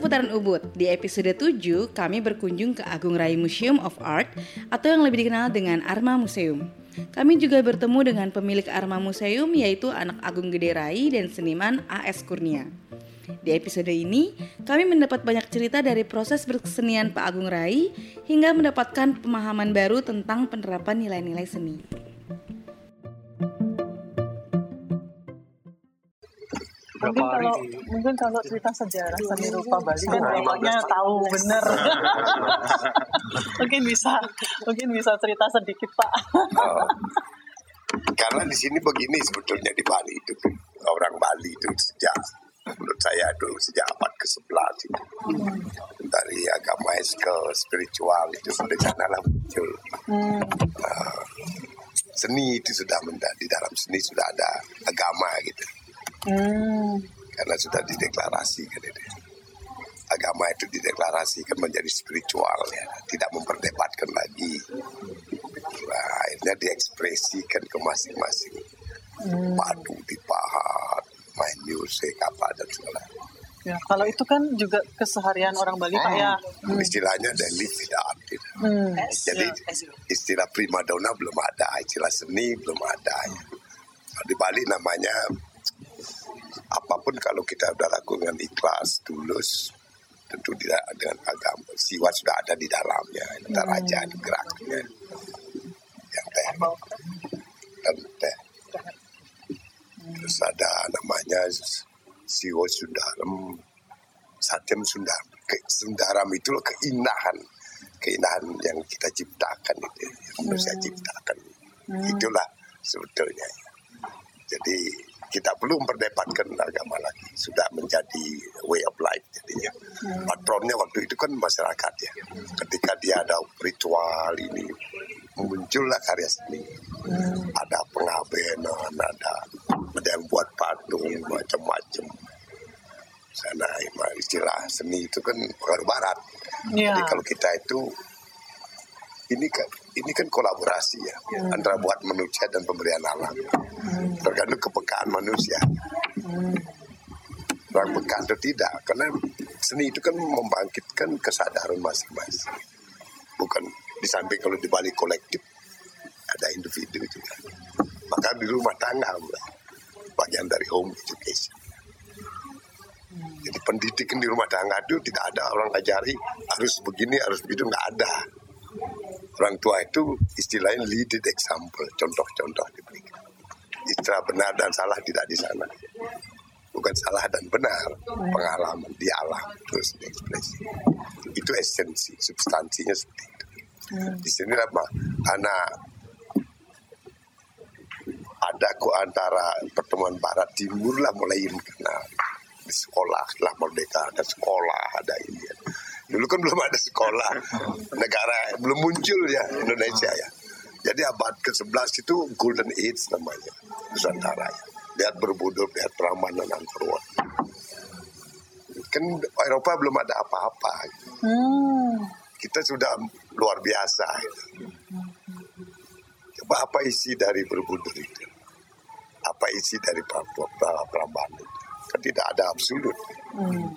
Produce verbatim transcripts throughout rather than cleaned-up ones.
Seputaran Ubud. Di episode tujuh, kami berkunjung ke Agung Rai Museum of Art atau yang lebih dikenal dengan Arma Museum. Kami juga bertemu dengan pemilik Arma Museum, yaitu anak Agung Gede Rai dan seniman A S Kurnia. Di episode ini, kami mendapat banyak cerita dari proses berkesenian Pak Agung Rai hingga mendapatkan pemahaman baru tentang penerapan nilai-nilai seni. Mungkin kalau mungkin kalau cerita sejarah seni rupa Bali kan bapaknya tahu bener. mungkin bisa mungkin bisa cerita sedikit Pak. Oh, karena di sini begini sebetulnya di Bali itu orang Bali itu sejak menurut saya dulu sejak abad ke sebelas itu hmm. dari agama ke spiritual itu dari sanalah muncul. Hmm. Uh, seni itu sudah di dalam seni sudah ada agama gitu. Hmm. Karena sudah dideklarasikan itu. Agama itu dideklarasikan menjadi spiritual ya, tidak memperdebatkan lagi. Nah, akhirnya diekspresikan ke masing-masing. Hmm. Padu dipahat, main musik apa dan segala. Ya, kalau itu kan juga keseharian orang Bali Pak ya. Hmm. Istilahnya they live with art. Gitu. Hmm. Jadi istilah primadona belum ada, istilah seni belum ada. Ya. Di Bali namanya apapun kalau kita sudah lakukan ikhlas, tulus, tentu tidak dengan agama. Siwa sudah ada di dalamnya, ada hmm. raja, ada geraknya, yang teh dan teh. Terus ada namanya Siwa Sundaram, Satyam Sundaram. Ke, Sundaram itu keindahan, keindahan yang kita ciptakan itu, yang manusia hmm. ciptakan. Hmm. Itulah sebetulnya. Jadi kita perlu memperdebatkan agama lagi, sudah menjadi way of life jadinya. Hmm. Patronnya waktu itu kan masyarakat ya. Ketika dia ada ritual ini, muncullah karya seni. Hmm. Ada pengabenan, ada ada yang buat patung macam-macam. Sana istilah seni itu kan pengaruh barat. Yeah. Jadi kalau kita itu ini kan ini kan kolaborasi ya hmm. antara buat manusia dan pemberian alam. Hmm. Tergantung kepekaan manusia. Hmm. Orang peka atau tidak, karena seni itu kan membangkitkan kesadaran masing-masing. Bukan di samping kalau di Bali kolektif ada individu juga. Maka di rumah tangga bagian dari home education. Hmm. Jadi pendidikan di rumah tangga itu tidak ada orang ajari harus begini harus begitu, nggak ada. Orang tua itu istilahnya leading example, contoh-contoh diberikan. Istilah benar dan salah tidak di sana. Bukan salah dan benar, pengalaman di alam terus diekspresi. Itu esensi, substansinya seperti itu. Di sini apa? Anak ada kok antara pertemuan barat timur lah mulai kenal. Di sekolah lah merdeka, ada sekolah, ada ini. Dulu kan belum ada sekolah, negara belum muncul ya Indonesia ya. Jadi abad ke sebelas itu golden age namanya, Nusantara ya. Lihat Borobudur, lihat Prambanan, Angkor Wat. Kan Eropa belum ada apa-apa. Hmm. Kita sudah luar biasa. Gitu. Coba apa isi dari Borobudur itu? Apa isi dari Prambanan itu? Kan tidak ada absolut. Hmm.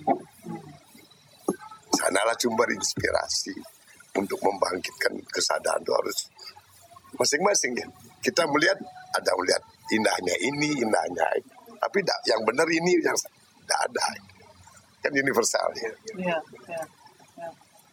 Sanalah sumber inspirasi untuk membangkitkan kesadaran itu harus masing-masing ya. Kita melihat ada melihat indahnya ini, indahnya itu. Tapi da, yang benar ini yang tidak ada. Kan universal ya. Ya, ya, ya.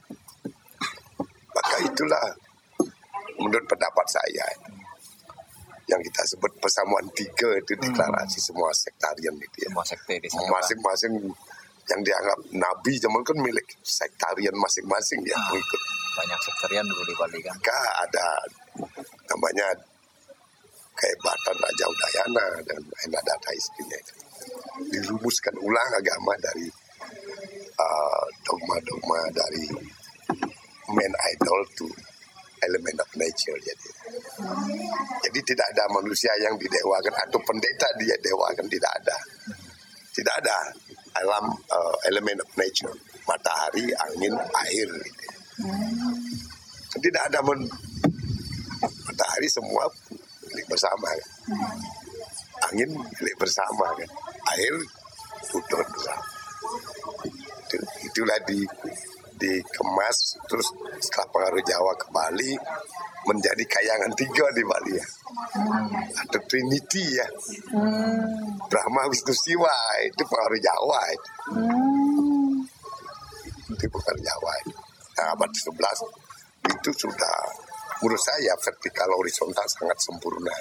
Maka itulah menurut pendapat saya yang kita sebut persamuan tiga itu deklarasi hmm. semua sektarian itu ya. Semua sekte di sana. Masing-masing yang dianggap nabi zaman kan milik sektarian masing-masing ya ah, mengikut. Banyak sektarian dulu di Bali kan. Maka ada namanya kehebatan Raja Udayana dan Enadata istrinya itu. Dirumuskan ulang agama dari uh, dogma-dogma dari man idol to element of nature jadi. Jadi tidak ada manusia yang didewakan atau pendeta dia dewakan, tidak ada. Tidak ada alam uh, element of nature, matahari, angin, air. Gitu. Tidak ada men matahari semua milik bersama kan. Angin milik bersama kan. Air tutur bersama. Itu itulah di dikemas terus setelah pengaruh Jawa ke Bali menjadi kayangan tiga di Bali ya. Hmm. Atau Trinity ya. Hmm. Brahma Wisnu Siwa itu pengaruh Jawa itu. Hmm. Itu pengaruh Jawa itu. Nah, abad sebelas itu sudah menurut saya vertikal horizontal sangat sempurna.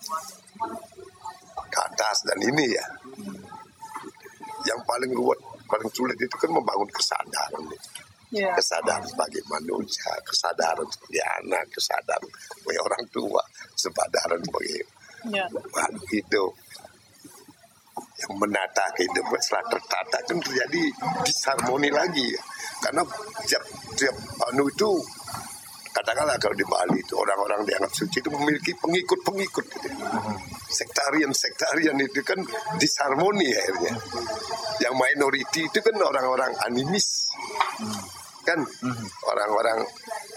Ke atas dan ini ya. Yang paling ruwet, paling sulit itu kan membangun kesadaran. Yeah. Kesadaran sebagai manusia, kesadaran sebagai anak, kesadaran sebagai orang tua, kesadaran sebagai yeah. makhluk hidup. Yang menata kehidupan setelah tertata kan terjadi disharmoni lagi ya. Karena tiap tiap anu itu katakanlah kalau di Bali itu orang-orang dianggap suci itu memiliki pengikut-pengikut gitu. Uh-huh. Sektarian-sektarian itu kan disharmoni akhirnya. Yang minority itu kan orang-orang animis. Uh-huh. Kan uh-huh. orang-orang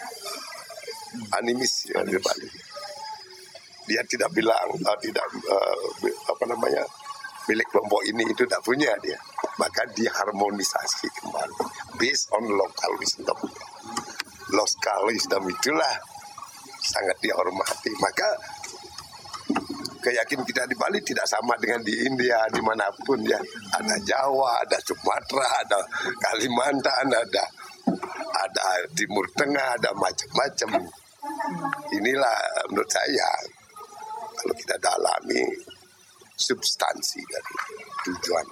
animis yang di Bali. Dia tidak bilang uh, tidak uh, apa namanya milik kelompok ini itu tidak punya dia. Maka diharmonisasi kembali based on local wisdom. Lokal wisdom itulah sangat dihormati. Maka keyakinan kita di Bali tidak sama dengan di India dimanapun ya. Ada Jawa, ada Sumatera, ada Kalimantan, ada ada Timur Tengah, ada macam-macam. Inilah menurut saya kalau kita dalami substansi dari tujuan.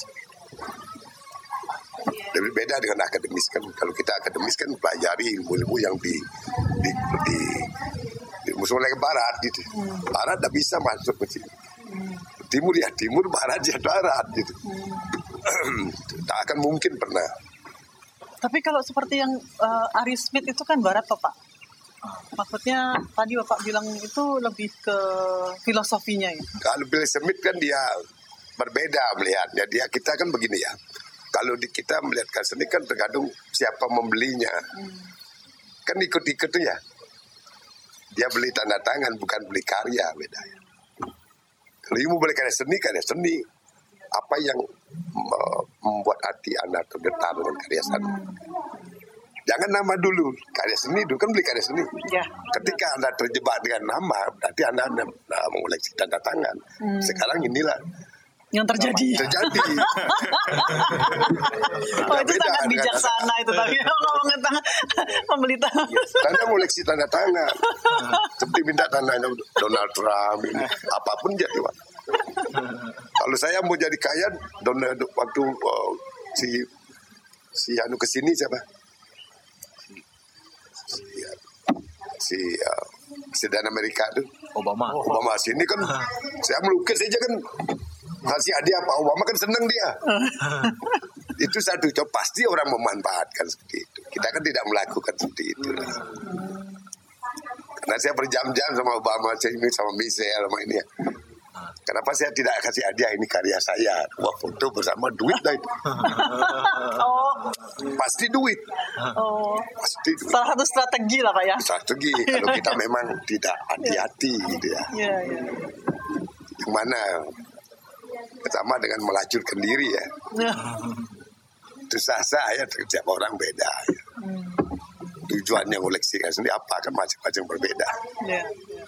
Lebih beda dengan akademis kan. Kalau kita akademis kan pelajari ilmu-ilmu yang di di di, di musuh ke barat gitu. Barat tidak bisa masuk ke sini. Timur ya timur, barat ya barat gitu. Tak akan mungkin pernah. Tapi kalau seperti yang uh, Ari Smith itu kan barat Pak. Maksudnya tadi Bapak bilang itu lebih ke filosofinya ya. Kalau Bill Smith kan dia berbeda melihatnya. Dia kita kan begini ya. Kalau di kita melihat seni kan tergantung siapa membelinya. Hmm. Kan ikut-ikut tuh ya. Dia beli tanda tangan bukan beli karya, beda ya. Kalau ibu beli karya seni, karya seni. Apa yang membuat hati Anda tergetar dengan karya seni? Hmm. Jangan nama dulu, karya seni dulu kan beli karya seni. Ya. Ketika Anda terjebak dengan nama, berarti Anda, anda mengoleksi tanda tangan. Hmm. Sekarang inilah yang terjadi. Terjadi. Oh itu beda, sangat bijaksana itu tadi ngomongin tangan membeli tangan. Karena koleksi tanda tangan. Seperti minta tanda Donald Trump ini apapun jadi Pak. Kalau saya mau jadi kaya Donald waktu uh, si si anu kesini siapa? Si si uh, Presiden Amerika tuh Obama. Obama sini kan saya melukis aja kan. Kasih hadiah Pak Obama kan senang dia. Itu satu coba pasti orang memanfaatkan seperti itu. Kita kan tidak melakukan seperti itu. Karena saya berjam-jam sama Obama, saya ini sama Michelle sama ini ya. Kenapa saya tidak kasih hadiah ini karya saya? Wah foto bersama duit dah itu. Oh. Pasti duit. Oh. Pasti duit. Salah satu strategi lah Pak ya. Strategi kalau kita memang tidak hati-hati gitu ya. Iya, iya. Yang mana? Sama dengan melacurkan diri ya. Itu sah-sah ya, setiap orang beda. Ya. Hmm. Tujuannya koleksi sendiri apa kan macam-macam berbeda. Yeah.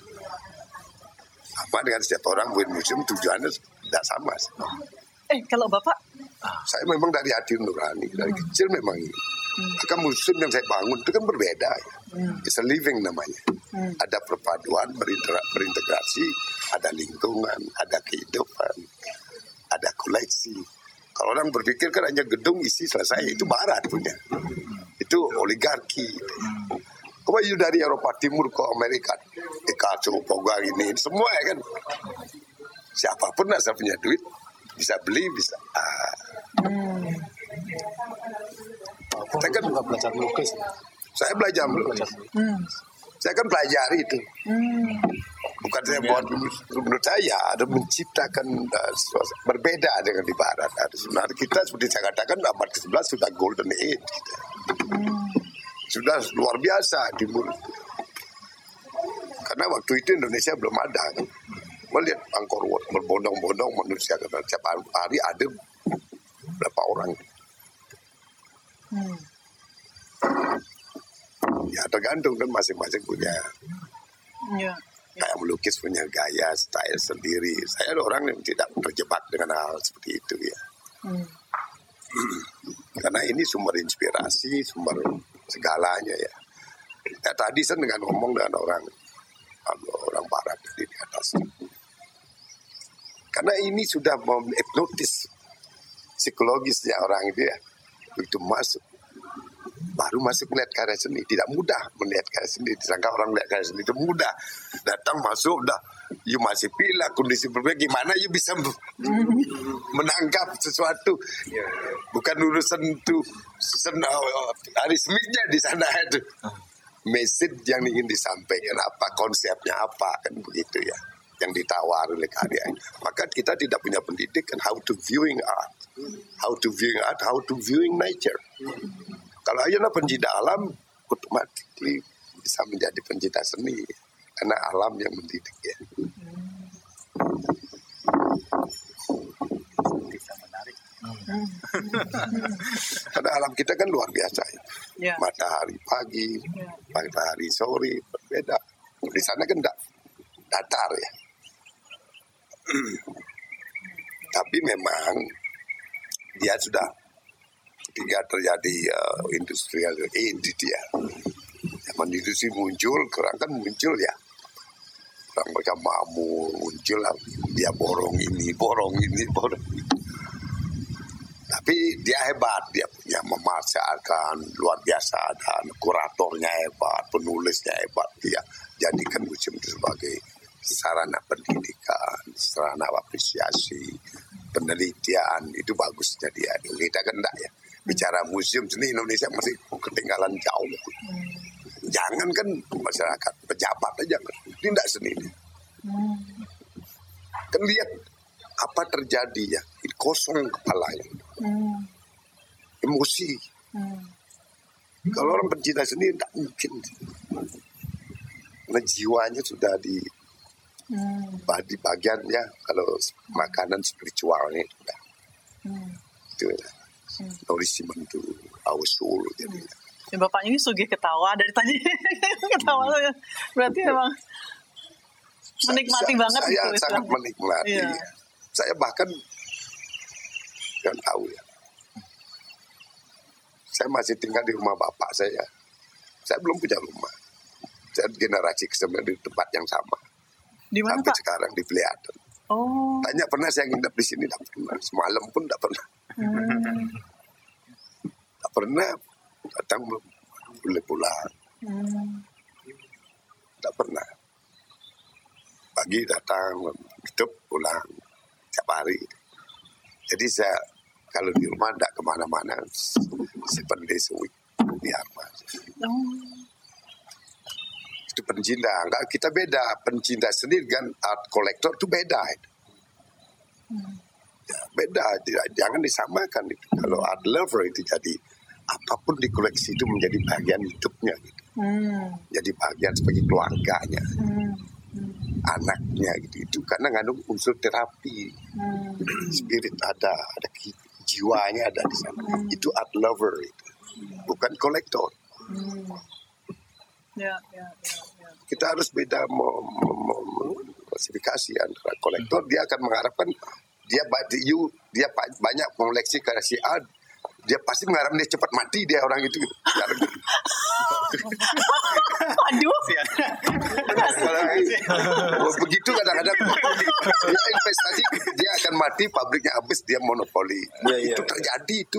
Sama dengan setiap orang buat museum tujuannya tidak sama. Eh kalau Bapak? Saya memang dari hati nurani, dari hmm. kecil memang ini. Hmm. Maka museum yang saya bangun itu kan berbeda. Ya. Hmm. It's a living namanya. Hmm. Ada perpaduan, berintegrasi, ada lingkungan, ada kehidupan. Ada koleksi. Kalau orang berpikir kan hanya gedung isi selesai, itu barat punya. Itu oligarki. Kau itu dari Eropa Timur ke Amerika, Ekaco, Pogang ini, semua ya kan. Siapapun asal punya duit, bisa beli, bisa. Ah. Hmm. Saya kan belajar melukis. Saya belajar melukis. Hmm. Saya kan pelajari itu. Hmm. Bukan saya buat menurut saya ada menciptakan uh, berbeda dengan di barat. Ada sebenarnya kita seperti saya katakan abad ke sebelas sudah golden age kita. Hmm. Sudah luar biasa timur. Karena waktu itu Indonesia belum ada. Kan? Melihat Angkor Wat berbondong-bondong manusia karena setiap hari ada berapa orang. Hmm. Ya tergantung kan masing-masing punya. Ya. Kayak melukis punya gaya, style sendiri. Saya ada orang yang tidak terjebak dengan hal seperti itu ya. Hmm. Karena ini sumber inspirasi, sumber segalanya ya. Ya tadi saya dengan ngomong dengan orang orang barat di atas. Karena ini sudah menghipnotis psikologisnya orang itu ya. Begitu masuk, baru masuk melihat karya seni. Tidak mudah melihat karya seni. Disangka orang melihat karya seni itu mudah. Datang masuk, dah, you masih pilih kondisi berbeda. Gimana you bisa menangkap sesuatu? Bukan urusan itu sen, arismiknya di sana itu. Message yang ingin disampaikan apa, konsepnya apa, kan begitu ya. Yang ditawar oleh karyanya. Maka kita tidak punya pendidikan how to viewing art. How to viewing art, how to viewing nature. Kalau ayolah pencinta alam, otomatis bisa menjadi pencinta seni. Karena alam yang mendidik ya. Bisa menarik. Hmm. Karena alam kita kan luar biasa ya. Ya. Matahari pagi, Ya. matahari sore, berbeda. Di sana kan enggak datar ya. Tapi memang dia sudah ketika terjadi uh, industrial ini dia zaman industri muncul, orang kan muncul ya, orang macam makmur muncul lah, dia borong ini, borong ini, borong ini. Tapi dia hebat, dia punya memasarkan luar biasa, dan kuratornya hebat, penulisnya hebat, dia jadikan museum itu sebagai sarana pendidikan, sarana apresiasi, penelitian, itu bagusnya dia. Kita kan enggak ya, bicara museum seni Indonesia masih ketinggalan jauh. Jangan kan masyarakat, pejabat aja, ini enggak seni ini. Kan lihat apa terjadi ya, kosong kepalanya, emosi. Kalau orang pencinta seni enggak mungkin. Karena jiwanya sudah di Hmm. di bagian ya, kalau makanan spiritualnya itu dah. Hmm. Itu ya. Hmm. Nourishment to our soul jadi. Ya, bapaknya ini sugih ketawa dari tadi. Ketawa hmm. Berarti memang menikmati saya, banget saya gitu, sangat istilahnya. Menikmati ya. Saya bahkan kan tahu ya, saya masih tinggal di rumah bapak saya. Saya belum punya rumah. Saya generasi kesembilan di tempat yang sama. Di mana, sampai Pak? Sekarang di Peliatan. Oh. Tanya pernah saya nginep di sini, tidak pernah. Semalam pun tidak pernah. Hmm. Tak pernah datang boleh pulang. Hmm. Tak pernah. Pagi datang, hidup pulang setiap hari. Jadi saya kalau di rumah tidak kemana-mana, seven days a week di Arma. Oh. Itu pencinta, enggak, kita beda. Pencinta sendiri kan art collector itu beda. Hmm. Ya, beda, jangan disamakan. Kalau art lover itu jadi apapun di koleksi itu menjadi bagian hidupnya. Gitu. Hmm. Jadi bagian sebagai keluarganya, hmm. Hmm. anaknya gitu. Itu karena ngandung unsur terapi, hmm. spirit ada, ada jiwanya ada di sana. Hmm. Itu art lover itu, bukan kolektor. Hmm. Ya, ya, ya, ya. Kita harus beda klasifikasi antara kolektor. Dia akan mengharapkan dia you, dia banyak mengoleksi karya si A, dia pasti mengharapkan dia cepat mati dia orang itu. Aduh. Begitu kadang-kadang dia investasi, dia akan mati, pabriknya habis, dia monopoli. Ya, itu ya, terjadi ya. Itu.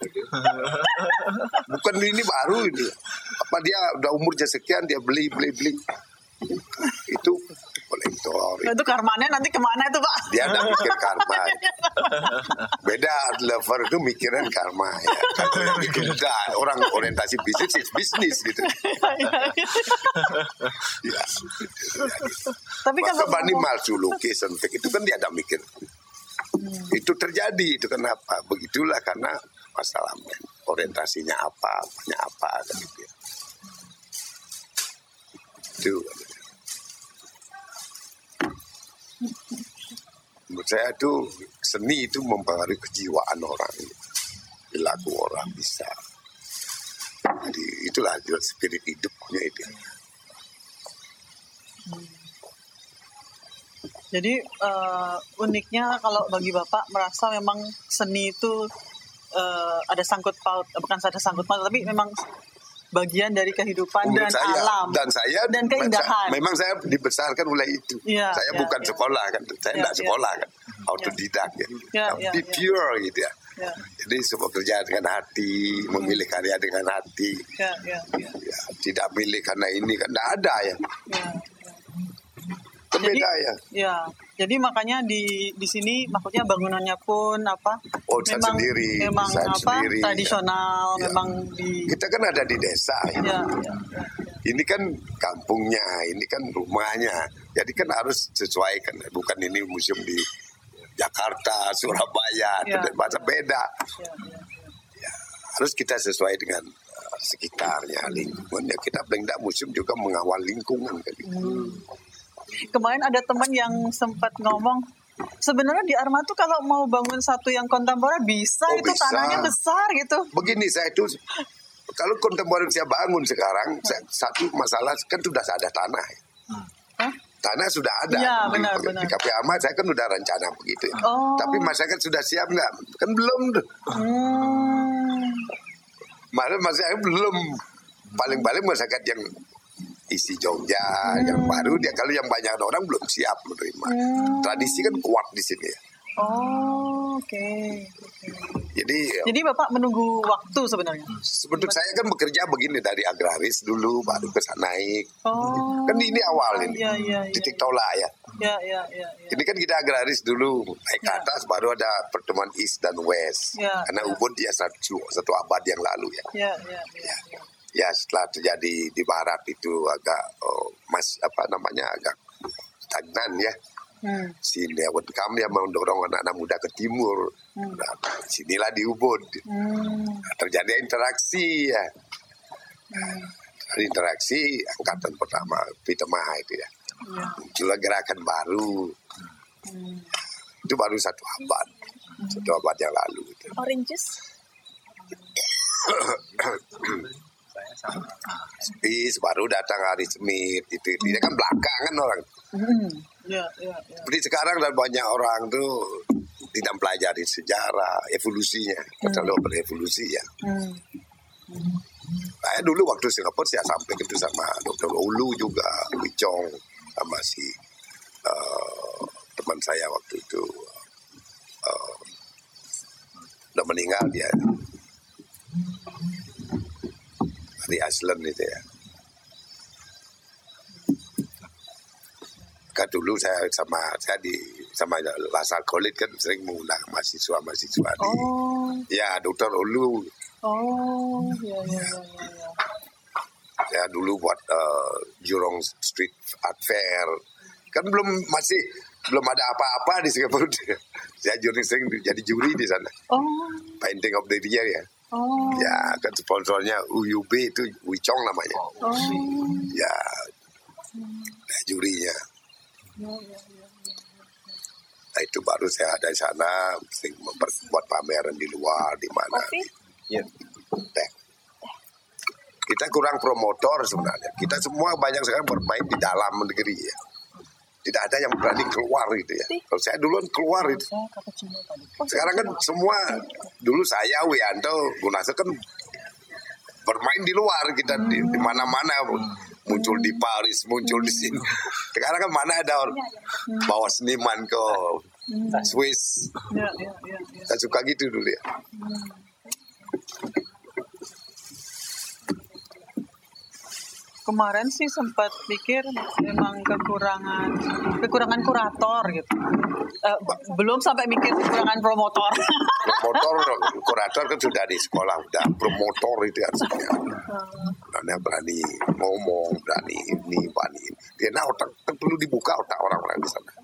Bukan ini baru ini. Apa dia udah umurnya sekian dia beli beli beli. Itu kolektor. Itu karmanya nanti kemana itu, Pak? Dia ada mikir karma. Beda art lover itu mikiran karma ya. Itu enggak, orang orientasi bisnis is bisnis gitu. Ya. Tapi kan banding malsu lukis itu kan dia ada mikir. Hmm. Itu terjadi itu kenapa? Begitulah karena masalahnya orientasinya apa, punya apa gitu ya. Itu menurut saya itu seni itu mempengaruhi kejiwaan orang, perilaku orang bisa itulah spirit hidupnya itu. Hmm. Jadi uh, uniknya kalau bagi Bapak merasa memang seni itu uh, ada sangkut paut, bukan ada sangkut paut, tapi memang bagian dari kehidupan Menurut dan saya, alam dan saya dan keindahan. Memang saya dibesarkan oleh itu. Ya, saya ya, bukan ya. sekolah kan, saya Ya, tidak ya. sekolah kan, autodidak ya. Ya, Tapi ya, ya. pure gitu ya. Ya, Jadi semua kerja dengan hati, memilih karya dengan hati. ya, ya, ya. Ya, tidak milih karena ini kan tidak ada ya. ya. Beda Jadi, ya. Ya, jadi makanya di di sini maksudnya bangunannya pun apa? Oh, desain memang sendiri, memang desain apa? sendiri, Tradisional, ya. memang di. Kita kan ada di desa ya. Ya, ya, ya. Ini kan kampungnya, ini kan rumahnya. Jadi kan harus sesuaikan. Bukan ini museum di Jakarta, Surabaya, Ya. masa beda. Ya, ya, ya. Harus kita sesuai dengan uh, sekitarnya, lingkungannya. Kita paling tidak museum juga mengawal lingkungan. Kan. Hmm. Kemarin ada teman yang sempat ngomong, sebenarnya di Arma tuh kalau mau bangun satu yang kontemporer bisa, Oh, itu bisa. tanahnya besar gitu. Begini saya itu, kalau kontemporer saya bangun sekarang, saya, satu masalah kan sudah ada tanah. Hah? Tanah sudah ada. Iya, di, benar, di benar. K P Ahmad saya kan udah rencana begitu. Ya. Oh. Tapi masyarakat sudah siap nggak? Kan belum tuh. Hmm. Malah masyarakat belum. Paling-paling masyarakat yang isi Jogja, Hmm. yang baru dia kalau yang banyak orang belum siap menerima. Hmm. Tradisi kan kuat di sini ya. Oh, oke. Oke. Jadi, Jadi Bapak menunggu waktu sebenarnya. sebenarnya saya kan bekerja begini dari agraris dulu, baru ke sana naik. Oh. Kan ini awal ini, Iya, iya, iya. titik tolak ya. Ya, ya, ya, ya. Ini kan kita agraris dulu, naik ke Ya. atas baru ada pertemuan East dan West. Ya, Karena ya. Ubud dia satu, satu abad yang lalu ya. Ya, ya, ya, ya. Ya setelah terjadi di barat itu agak oh, mas apa namanya agak stagnan ya. Hmm. Sini ya, kami yang mendorong anak-anak muda ke timur. Hmm. Nah, sinilah di Ubud. Hmm. Nah, terjadi interaksi ya. Hmm. Ada interaksi angkatan pertama Pitemaha itu ya. Ya. Muncullah gerakan baru. Hmm. Itu baru satu abad. Satu abad yang lalu itu. Orange juice? Bis baru datang Hari Smith itu, itu dia kan belakangan orang. Hmm. Ya, ya, ya. Seperti sekarang dan banyak orang tuh tidak mempelajari sejarah evolusinya, terlalu berevolusi ya. Hmm. Saya dulu waktu Singapura saya sampai itu sama dokter Olu juga, Wicong sama si uh, teman saya waktu itu uh, udah meninggal dia dari Iceland itu ya. Kan dulu saya sama saya di sama Lasal College kan sering mengundang mahasiswa-mahasiswa di Oh. ya dokter Olu. Oh, ya, ya, ya, ya, ya. Saya dulu buat uh, Jurong Street Art Fair. Kan belum masih belum ada apa-apa di Singapura. Saya juri sering jadi juri di sana. Oh. Painting of the Year ya. Oh. Ya kan sponsornya U U B itu Wicong namanya. Oh. Ya, nah, jurinya. Ya, ya, ya. Nah itu baru saya ada di sana, sering membuat pameran di luar di mana. Kopi? Ya. Teh. Kita kurang promotor sebenarnya. Kita semua banyak sekarang bermain di dalam negeri ya. Tidak ada yang berani keluar gitu ya. Kalau saya duluan keluar itu. Saya cappuccino tadi. Sekarang kan semua dulu saya Wianto Gunasa kan bermain di luar kita di, di mana-mana muncul di Paris, muncul di sini. Sekarang kan mana ada orang bawa seniman ke Swiss. Ya, ya, ya, ya. Saya suka gitu dulu ya. Kemarin sih sempat pikir memang kekurangan kekurangan kurator gitu. Eh, belum sampai mikir kekurangan promotor. Promotor, kurator kan sudah di sekolah, udah promotor itu harusnya. Karena berani ngomong, berani ini, berani ini. Dia nah otak kan perlu dibuka otak orang-orang di sana.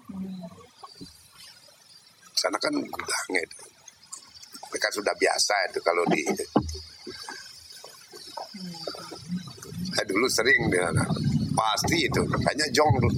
Di sana kan gudangnya itu. Mereka sudah biasa itu kalau di. Saya dulu sering di sana. Pasti itu, makanya jong tuh.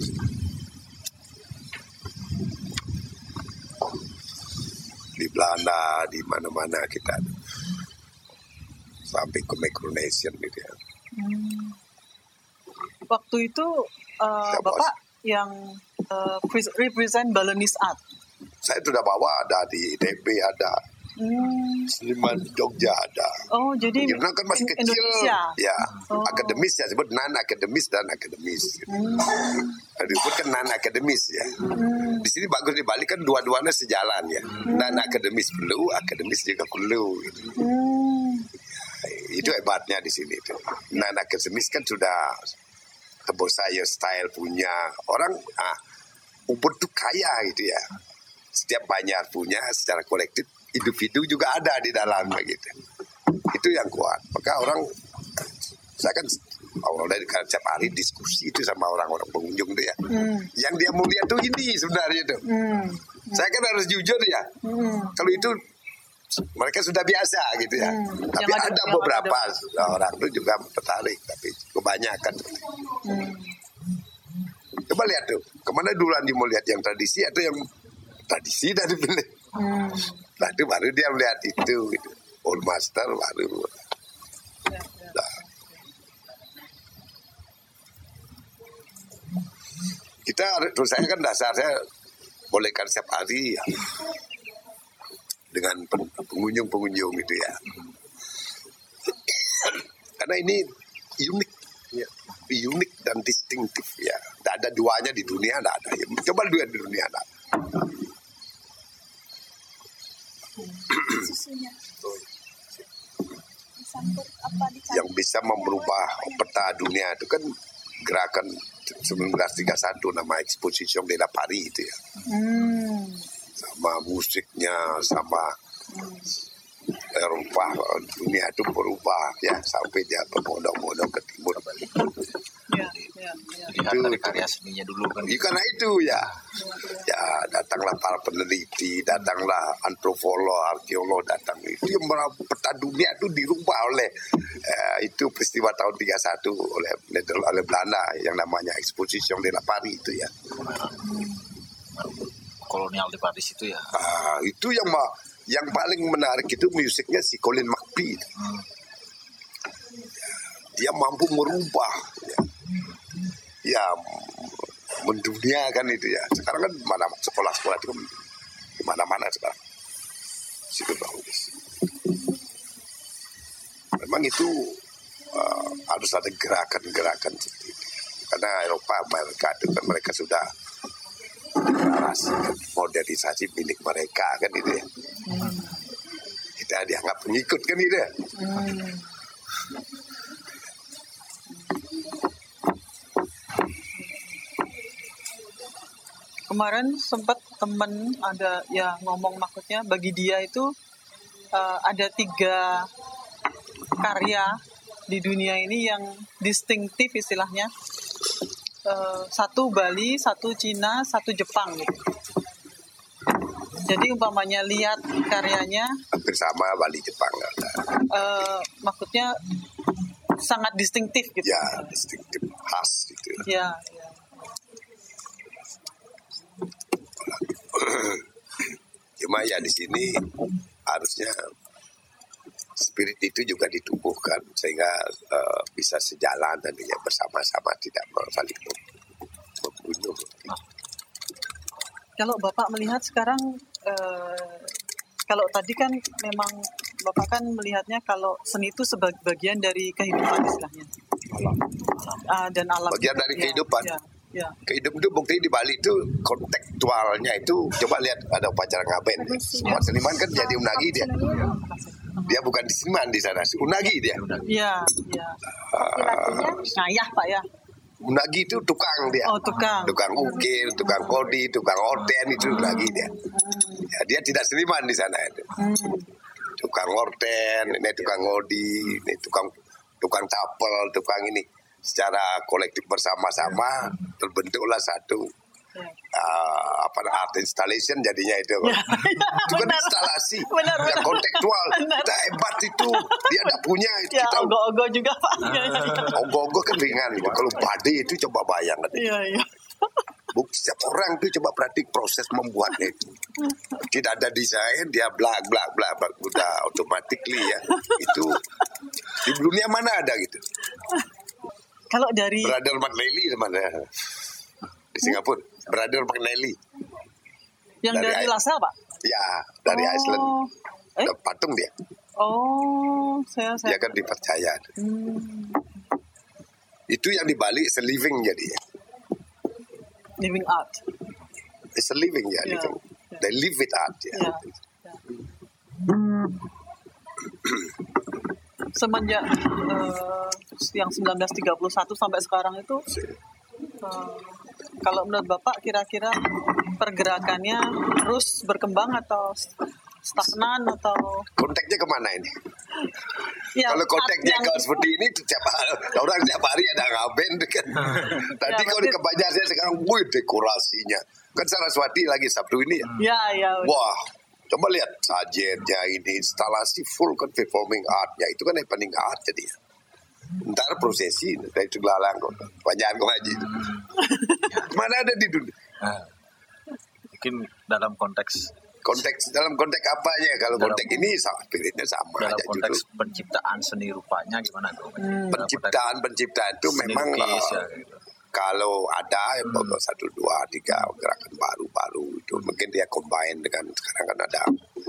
Di Belanda, di mana-mana kita sampai ke Micronesian gitu ya. Hmm. Waktu itu uh, Ya, Bos. Bapak yang uh, represent Balinese art. Saya sudah bawa, ada di I T B ada, Hmm. seniman Jogja ada. Oh, jadi Karena kan masih in- kecil, Indonesia. ya Oh. akademis ya, sebut non akademis dan akademis. Hmm. Disebut kan non akademis ya. Hmm. Di sini bagus, di Bali kan dua-duanya sejalan ya. Non akademis perlu, akademis juga perlu. Gitu. Hmm. Itu hebatnya di sini tuh. Non akademis kan sudah tebos saya style punya orang. Ah, Ubud tuh kaya gitu ya. Setiap banyak punya secara kolektif, individu juga ada di dalamnya gitu. Itu yang kuat. Maka orang, saya kan awal dari kan setiap hari diskusi itu sama orang-orang pengunjung tuh ya. Hmm. Yang dia mau lihat tuh ini sebenarnya tuh. Hmm. Saya kan harus jujur ya. Hmm. Kalau itu mereka sudah biasa gitu ya. Hmm. Tapi Yang ada- ada, yang beberapa ada. orang tuh juga tertarik, tapi kebanyakan. Hmm. Coba lihat tuh, kemana duluan dia mau lihat yang tradisi atau yang tradisi dari pilih. Hmm. Nah itu baru dia melihat itu, gitu. Old master baru. Ya, ya. Nah. Kita, terus saya kan dasar saya bolehkan setiap hari ya, dengan pen- pengunjung-pengunjung gitu ya. Karena ini unik, ya. unik dan distinktif ya. Tidak ada duanya di dunia, tidak ada. Ya, coba lihat di dunia, tidak ada. Susunya dicampur apa dicampur Yang bisa merubah peta dunia itu kan gerakan seribu sembilan ratus tiga puluh satu nama Exposition della Paris itu ya. Hmm. Sama musiknya, sama Eropa, dunia itu berubah ya sampai dia berbondong-bondong ke timur balik. Ya, ya, ya. Lihat Itu- dari karya seninya dulu kan. Ya, karena itu ya, ya datanglah para peneliti, datanglah antropolog, arkeolog datang itu yang meraba peta dunia itu dirubah oleh eh, itu peristiwa tahun tiga puluh satu oleh oleh Belanda yang namanya Exposition della Paris itu ya. Kolonial di Paris itu ya. Ah, itu yang ma- yang paling menarik itu musiknya si Colin McVie. Hmm. Dia mampu merubah ya, ya mendunia kan itu ya. Sekarang kan mana sekolah-sekolah itu kan di mana-mana sekarang. Situ bagus. Memang itu uh, harus ada gerakan-gerakan seperti itu. Karena Eropa mereka itu kan mereka sudah deklarasikan modernisasi milik mereka kan itu ya. Kita dianggap pengikut kan itu ya. Hmm. Kemarin sempat temen ada ya ngomong maksudnya bagi dia itu uh, ada tiga karya di dunia ini yang distinktif istilahnya. Uh, satu Bali, satu Cina, satu Jepang gitu. Jadi umpamanya lihat karyanya, Hampir sama Bali Jepang. uh, maksudnya sangat distinktif gitu. Ya, distinktif khas gitu. Ya, ya. Cuma ya di sini harusnya spirit itu juga ditumbuhkan sehingga uh, bisa sejalan dan ya bersama-sama tidak saling membunuh. Kalau Bapak melihat sekarang, eh, kalau tadi kan memang Bapak kan melihatnya kalau seni itu sebagai bagian dari kehidupan istilahnya. Ah, dan alam. Bagian dari Ya, kehidupan. Ya, ya. Kehidupan itu bukti di Bali itu kontekstualnya itu coba lihat ada upacara ngaben. Semua seniman kan jadi unagi dia. Dia bukan seniman di sana, unagi dia. Ya, ya. laki-lakinya Ngayah Pak ya. Unagi itu tukang dia. Oh, tukang. Tukang ukir, tukang kodi, tukang orden itu unagi dia. Ya, dia tidak seniman di sana itu. Hmm. Tukang orden, ini tukang ngodi, ini tukang tukang tapel, tukang ini. Secara kolektif bersama-sama terbentuklah satu Ya. uh, apa art installation jadinya itu. Ya, ya, Itu kan benar. instalasi Benar, yang benar. kontekstual. Benar. Kita hebat itu, dia tidak punya. Ya, Kita ogo-ogo juga Pak. Ya, ya, ya. ogo-ogo kan ringan. Kalau badai itu coba bayangkan. Iya, iya. Buk, setiap orang tuh coba perhatiin proses membuatnya itu. Tidak ada desain, dia blak blak blak blak udah automatically ya. Itu di dunia mana ada gitu. Kalau dari Brother McNally mana? Di Singapura. Brother McNally. yang dari, dari Lhasa, Pak? Ya, dari Oh. Iceland. Eh? Ada patung dia. Oh, saya saya. Dia kan dipercaya. Hmm, Itu yang di Bali is a living jadi. living art. It's a living ya. Ya, living. ya. They live with art ya. Ya. Semenjak eh, yang sembilan belas tiga puluh satu sampai sekarang itu, eh, kalau menurut Bapak kira-kira pergerakannya terus berkembang atau stagnan atau Konteksnya kemana ini? ya, Kalau konteksnya yang- kalau seperti ini tiap hari, orang tiap hari ada ngaben kan. Tadi Ya, kalau berarti- di Kebanyakan sekarang, wih dekorasinya. Kan Saraswati lagi Sabtu ini ya. ya ya Wah, coba lihat sajennya ini instalasi full kan performing artnya itu kan happening art jadi. Ntar prosesi dari itu lalang kok. Kebanyakan kok haji. Mana ada di dunia? Nah, mungkin dalam konteks Konteks dalam konteks apa aja? Kalau Dalam- konteks ini sama spiritnya sama dalam aja konteks justru. penciptaan seni rupanya gimana tuh? Dalam konteks Penciptaan penciptaan itu seni memang lukis, uh, ya, gitu. kalau ada ya, hmm. satu dua tiga gerakan baru-baru itu mungkin dia combine dengan sekarang kan ada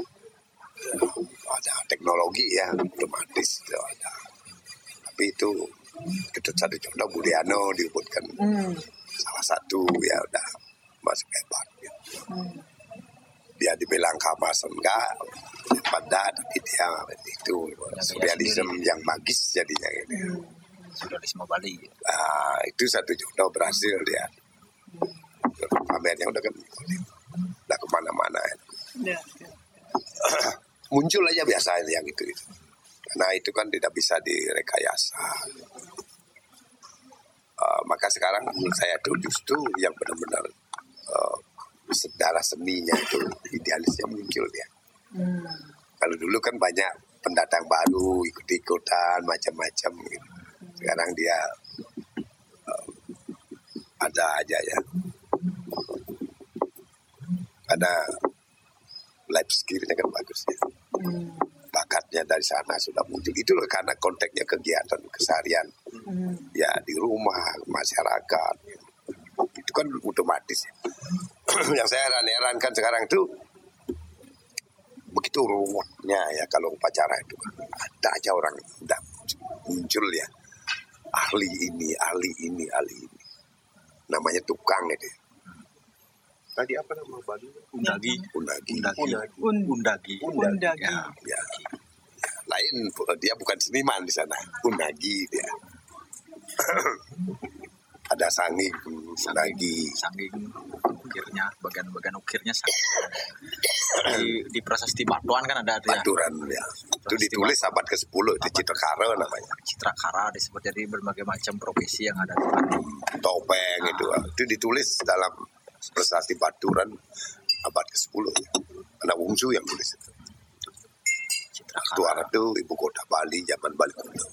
ada teknologi ya otomatis itu ada. Tapi itu kita satu contoh Budiano disebutkan Hmm. salah satu ya udah masuk hebat. Ya. Dia dibilang kamasan enggak pada tapi dia itu surrealism yang magis jadinya gitu. Surrealisme Bali. Nah, itu satu contoh berhasil dia. Pamernya udah kan udah kemana-mana. Ya, ya. Muncul aja biasa yang itu, itu. Karena itu kan tidak bisa direkayasa. Uh, maka sekarang menurut saya itu justru yang benar-benar uh, secara seninya itu idealisnya muncul ya. Hmm. Kalau dulu kan banyak pendatang baru ikut-ikutan macam-macam gitu. Sekarang dia uh, ada aja ya. Karena life skill-nya kan bagus ya. Hmm. Bakatnya dari sana sudah muncul. Itu loh karena konteksnya kegiatan keseharian. Hmm. Ya di rumah, masyarakat. Ya. Itu kan otomatis ya. Yang saya heran-herankan sekarang itu begitu ruwetnya ya kalau upacara itu. Ada aja orang udah muncul ya. Ahli ini, ahli ini, ahli ini. Namanya tukang itu. Tadi apa nama Bali? Undagi. Undagi. Undagi. Un- Undagi. Undagi. Ya. Ya. Ya, lain dia bukan seniman di sana. Undagi dia. Ada sanging, undagi. Sanging ukirnya, bagian-bagian ukirnya sanging. Di, di prasasti Batuan kan ada tuh ya. Baturan ya. Itu ditulis abad ke sepuluh itu Citrakara namanya. Citrakara disebut jadi berbagai macam profesi yang ada di Bali. Topeng itu. Itu ditulis dalam prasasti Baturan abad ke sepuluh. Anak Wungsu yang tulis itu. Citrakara. Baturan itu ibu kota Bali zaman Bali kuno.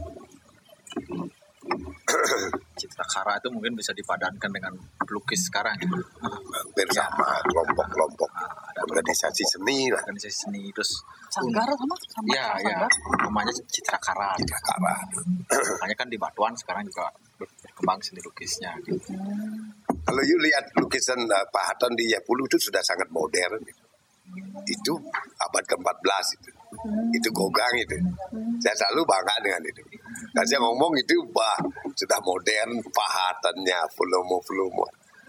Citrakara itu mungkin bisa dipadankan dengan pelukis sekarang gitu. Hampir sama kelompok-kelompok Ada organisasi seni lah. organisasi seni terus Sanggar sama sama ya ya Sanggar. namanya Citrakara. Citrakara. Makanya kan di Batuan sekarang juga ber- berkembang seni lukisnya gitu. Kalau you lihat lukisan uh, Pak Haton di Yapulu itu sudah sangat modern. Itu abad ke empat belas itu. Itu gogang itu. Saya selalu bangga dengan itu. Dan saya ngomong itu bah, sudah modern pahatannya, volume-volume.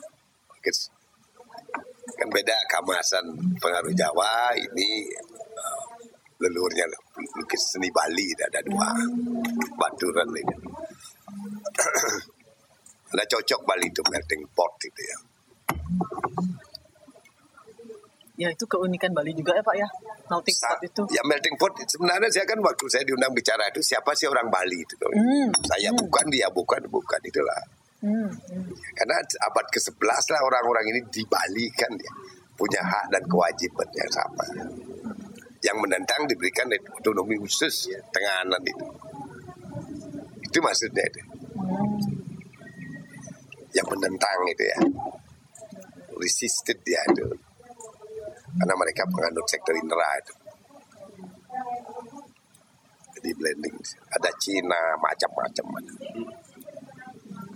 Kan beda kemasan pengaruh Jawa, ini uh, leluhurnya lukis seni Bali, ada dua. Baturan ini. Ada cocok Bali itu melting pot itu ya. Ya itu keunikan Bali juga ya Pak ya. Melting pot itu. Ya melting pot sebenarnya saya kan waktu saya diundang bicara itu siapa sih orang Bali itu. Hmm. Saya bukan dia bukan bukan itulah. Hmm. Hmm. Karena abad ke sebelas lah orang-orang ini di Bali kan ya punya hak dan kewajiban yang sama. Yang menentang diberikan otonomi khusus ya, tenganan itu. Itu maksudnya itu. Yang menentang itu ya. Resisted dia itu. Karena mereka penganut sektor indera itu. Jadi blending. Ada Cina, macam-macam.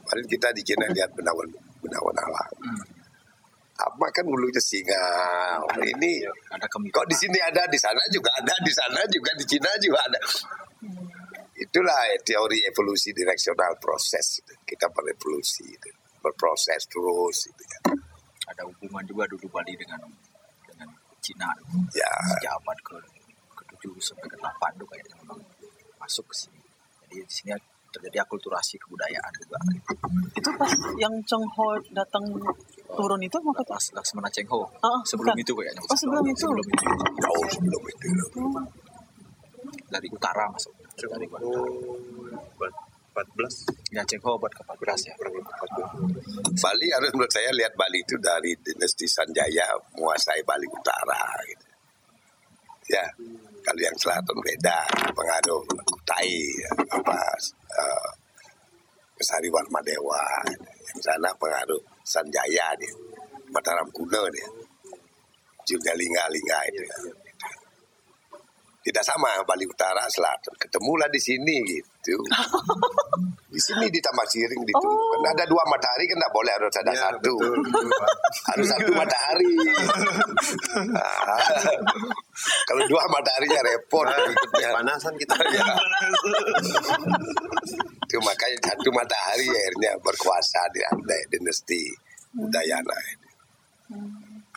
Kemarin kita di Cina lihat benawan benawan alam. Hmm. Apa kan bulunya singa. Oh, ini ada kok di sini ada, di sana juga ada, di sana juga, di Cina juga ada. Itulah teori evolusi direksional proses. Kita berevolusi, berproses terus. Gitu ya. Ada hubungan juga dulu Bali dengan dengan Cina. Ya. Sejak abad ke ketujuh sampai ke delapan itu kayaknya memang masuk ke sini. Jadi di sini terjadi akulturasi kebudayaan juga. Itu pas yang Cheng Ho datang turun itu apa pas Laksamana Cheng Ho. Oh, sebelum bukan. itu kayaknya. Oh, sebelum itu. Sebelum itu. Oh, sebelum itu. Dari utara masuk. Dari empat belas. Ya, Cheng Ho abad ke empat belas ya. Bali harus menurut saya lihat Bali itu dari dinasti Sanjaya menguasai Bali Utara gitu. Ya, kalau yang selatan beda, pengaruh Kutai, apa uh, Sari Warmadewa, yang sana pengaruh Sanjaya dia, Mataram kuno dia, juga lingga-lingga itu. Ya. Tidak sama Bali Utara Selatan, ketemulah di sini gitu. Di sini di Tambak Siring itu. Oh. Kan ada dua matahari kan tidak boleh harus ada ya, satu. Betul. Harus satu matahari. Nah, kalau dua mataharinya repot. Nah, panasan kita. Ya. Itu makanya satu matahari akhirnya berkuasa di dinasti Udayana. Hmm.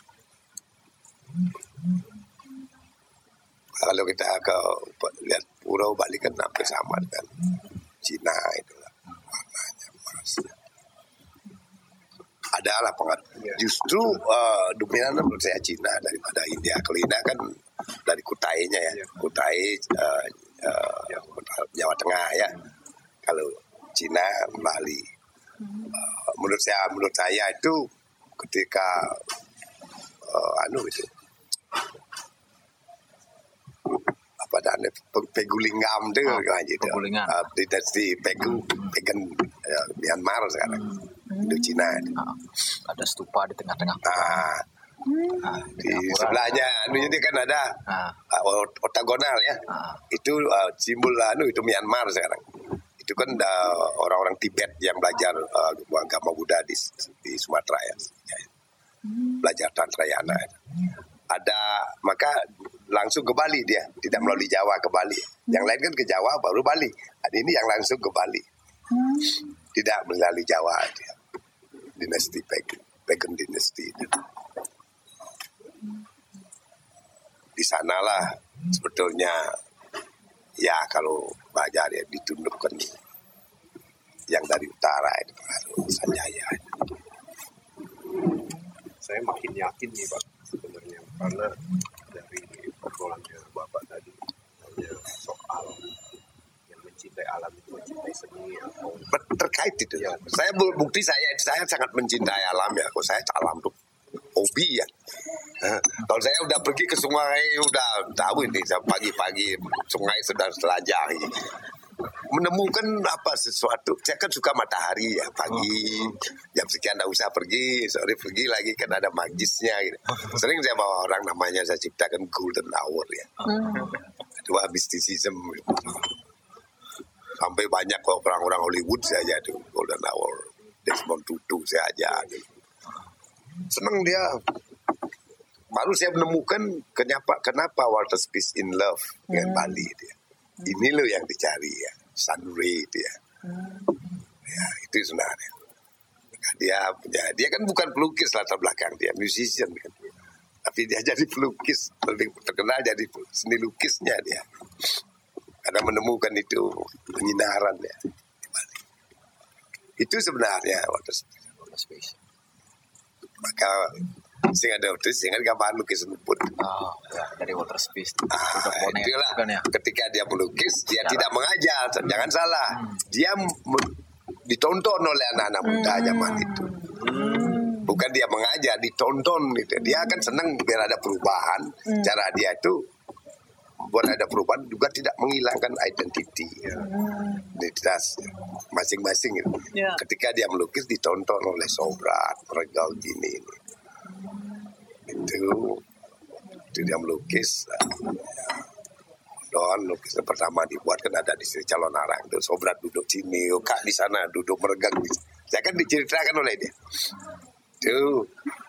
Kalau kita ke lihat pulau Bali kan hampir sama dengan Cina itulah warnanya emasnya. Adalah pengaruh. Justru uh, dominan menurut saya Cina daripada India. Kalau India kan dari Kutainya ya, Kutai uh, uh, Jawa Tengah ya. Kalau Cina Bali. Uh, menurut saya menurut saya itu ketika uh, anu itu. Pada Pegulinggam tuh oh, gitu. Uh, dinasti Pegu, hmm. Pegan uh, Myanmar sekarang. Hmm. Itu Cina. Uh, ada stupa di tengah-tengah. Ah. Uh, di sebelahnya anu ini kan ada uh. Uh, oktagonal ya. Uh. Itu uh, simbol anu itu Myanmar sekarang. Itu kan uh, orang-orang Tibet yang belajar uh, agama Buddha di, di Sumatera ya. Hmm. Belajar Tantrayana. Hmm. Ada maka langsung ke Bali dia, tidak melalui Jawa ke Bali. Yang lain kan ke Jawa baru Bali. Ada ini yang langsung ke Bali, tidak melalui Jawa dia. Dinasti Pegan, Pegan dinasti. Di sanalah sebetulnya ya kalau belajar ya ditundukkan yang dari utara itu pengaruh Sanjaya. Saya makin yakin nih Pak sebenarnya karena dari obrolannya Bapak tadi hanya soal yang mencintai alam itu mencintai seni atau terkait itu ya. Saya bukti saya saya sangat mencintai alam ya. Kalau saya alam tuh hobi ya. Nah, kalau saya udah pergi ke sungai udah tahu ini pagi-pagi sungai sedang selajahi. Menemukan apa sesuatu, saya kan suka matahari ya pagi jam sekian tidak usah pergi, sore pergi lagi kan ada magisnya gitu. Sering saya bawa orang namanya saya ciptakan golden hour ya, dua mysticism gitu. Sampai banyak kok orang-orang Hollywood saja tuh golden hour, Desmond Tutu saya aja gitu. Senang dia. Baru saya menemukan kenapa kenapa Walter Spies in love dengan Bali dia. Ini loh yang dicari ya, Sunray dia. Ya, itu sebenarnya. Dia punya, dia kan bukan pelukis latar belakang dia, musician kan. Tapi dia jadi pelukis, lebih terkenal jadi seni lukisnya dia. Karena menemukan itu penyinaran ya. Itu sebenarnya Walter Spies. Maka sehingga ada waktu sehingga gambar lukis luput. Oh, ya, dari Walter Spies. Ah, itulah kan, ya? Ketika dia melukis, dia Jalan. tidak mengajar, jangan salah. Hmm. Dia m- ditonton oleh anak-anak muda hmm. zaman itu. Hmm. Bukan dia mengajar, ditonton gitu. Dia akan senang biar ada perubahan. Hmm. Cara dia itu buat ada perubahan juga tidak menghilangkan identiti, ya. hmm. identitas masing-masing. Gitu. Yeah. Ketika dia melukis ditonton oleh Sobrat, Regal gini ini. Itu itu dia melukis don lukis pertama dibuat kan ada di Sri Calon Arang itu Sobrat duduk sini, Kak di sana duduk meregang di Saya kan diceritakan oleh dia. Tuh.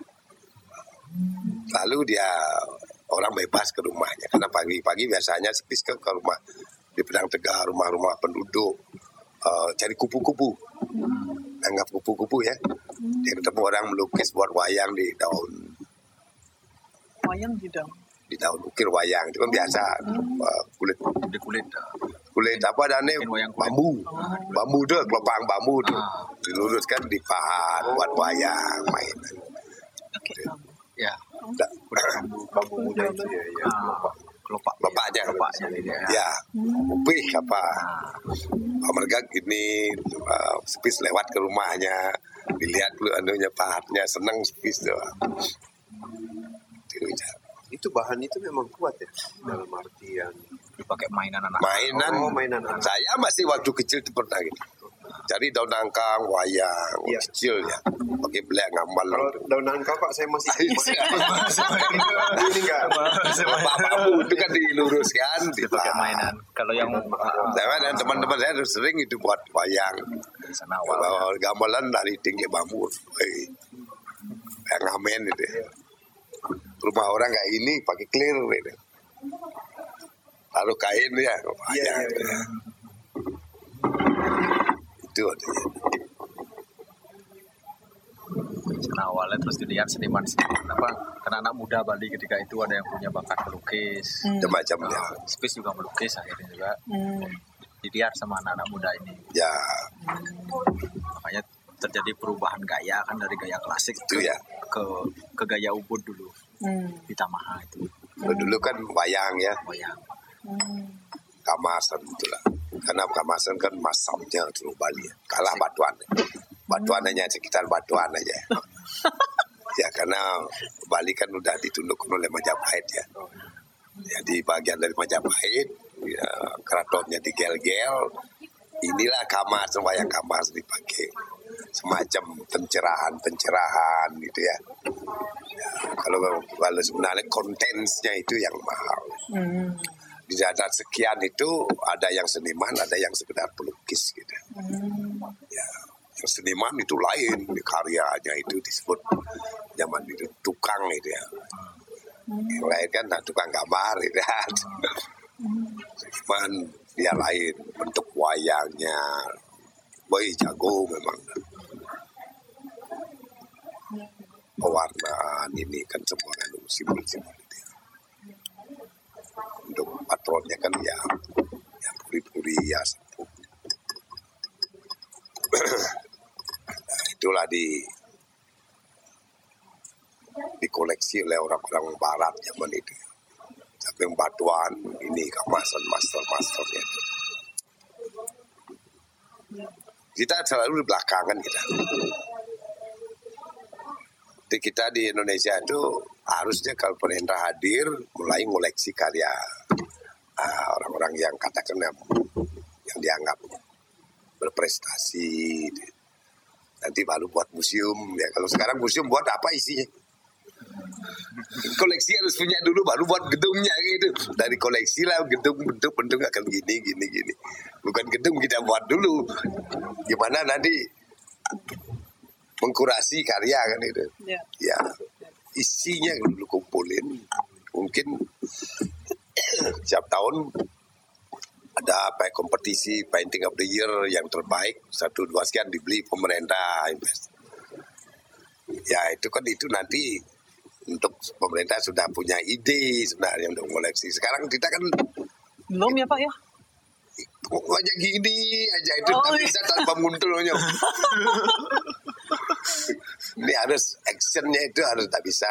Lalu dia orang bebas ke rumahnya karena pagi-pagi biasanya sepis ke, ke rumah di Padang Tegar, rumah-rumah penduduk uh, cari kupu-kupu, anggap kupu-kupu ya. Dia ketemu orang melukis buat wayang di daun, Wayang di daun. di daun ukir wayang itu kan biasa uh, kulit Di kulit. kulit apa dan Bikin wayang kulit. bambu, bambu tuh kelopang bambu tuh diluruskan dipahat buat wayang mainan. Pakai bambu. Ya. Nah, Bambu muda itu ya, ya. Ah, kelopak. Bapaknya, Kelopaknya gitu ya. ya, upih apa? Oh, mereka gini, uh, Spis lewat ke rumahnya, dilihat dulu anunya pahatnya, seneng Spis tuh. Itu bahan itu memang kuat ya, dalam artian Dipakai mainan anak. Mainan, Oh, mainan anak. saya masih waktu kecil itu pernah gitu. Cari daun nangkang, wayang, Iya. kecil ya, pakai belak ngambal. kalau daun nangka Pak saya masih Iya. ini enggak. Bambu itu kan diluruskan, Dipakai dipahat. mainan. Kalau yang Saya dan teman-teman saya sering itu buat wayang. dari sana awal. Kalau gamelan dari tinggi bambu, woi, yang ngamen itu. ya. Rumah orang kayak ini pakai clear gitu. Lalu kain ya, wayang. iya, iya. Itu adanya. Sana awalnya terus dilihat seniman-seniman apa karena anak muda Bali ketika itu ada yang punya bakat melukis. Macam-macam ya. Nah, Spis juga melukis akhirnya juga Hmm. dilihat sama anak-anak muda ini. Ya, Makanya terjadi perubahan gaya kan dari gaya klasik itu ya. ke ke gaya ubud dulu Hmm. di Tamaha itu Kalau dulu kan wayang ya, wayang. Hmm. kamasan itulah. Karena kamasan kan masamnya seluruh Bali. Ya. Kalah Batuan. Batuan hanya sekitar Batuan aja. Ya karena Bali kan udah ditundukkan oleh Majapahit ya. Jadi bagian dari Majapahit, ya, keratonnya di Gel-Gel. Inilah kamas, wayang kamas dipakai. Semacam pencerahan-pencerahan gitu ya. Ya, kalau kalau sebenarnya kontensnya itu yang mahal. Hmm. Di data sekian itu ada yang seniman, ada yang sekedar pelukis gitu. Ya, yang seniman itu lain, karyanya itu disebut zaman itu tukang itu ya. Yang lain kan nah, tukang gambar gitu kan. Seniman dia lain, bentuk wayangnya, boy jago memang. Pewarnaan ini kan semua kan simbol-simbol itu. Ya. Untuk patronnya kan ya, yang puri-puri ya. Nah, itulah di dikoleksi oleh orang-orang Barat zaman itu. Sampai Batuan ini kemasan master-masternya. Kita selalu di belakangan kita. Jadi kita di Indonesia itu harusnya kalau pemerintah hadir mulai ngoleksi karya uh, orang-orang yang katakan yang, yang dianggap berprestasi. Nanti baru buat museum ya. Kalau sekarang museum buat apa isinya? Koleksi harus punya dulu baru buat gedungnya gitu. Dari koleksi lah gedung bentuk-bentuk akan gini gini gini. Bukan gedung kita buat dulu. Gimana nanti mengkurasi karya kan itu. Ya. Ya. Isinya dulu kumpulin. Mungkin setiap tahun ada apa kompetisi painting of the year yang terbaik satu dua sekian dibeli pemerintah invest. Ya itu kan itu nanti untuk pemerintah sudah punya ide sebenarnya untuk koleksi. Sekarang kita kan Belum ya Pak ya? aja gini aja itu Oh, tak iya. bisa tanpa munculnya. Ini harus actionnya itu harus tak bisa.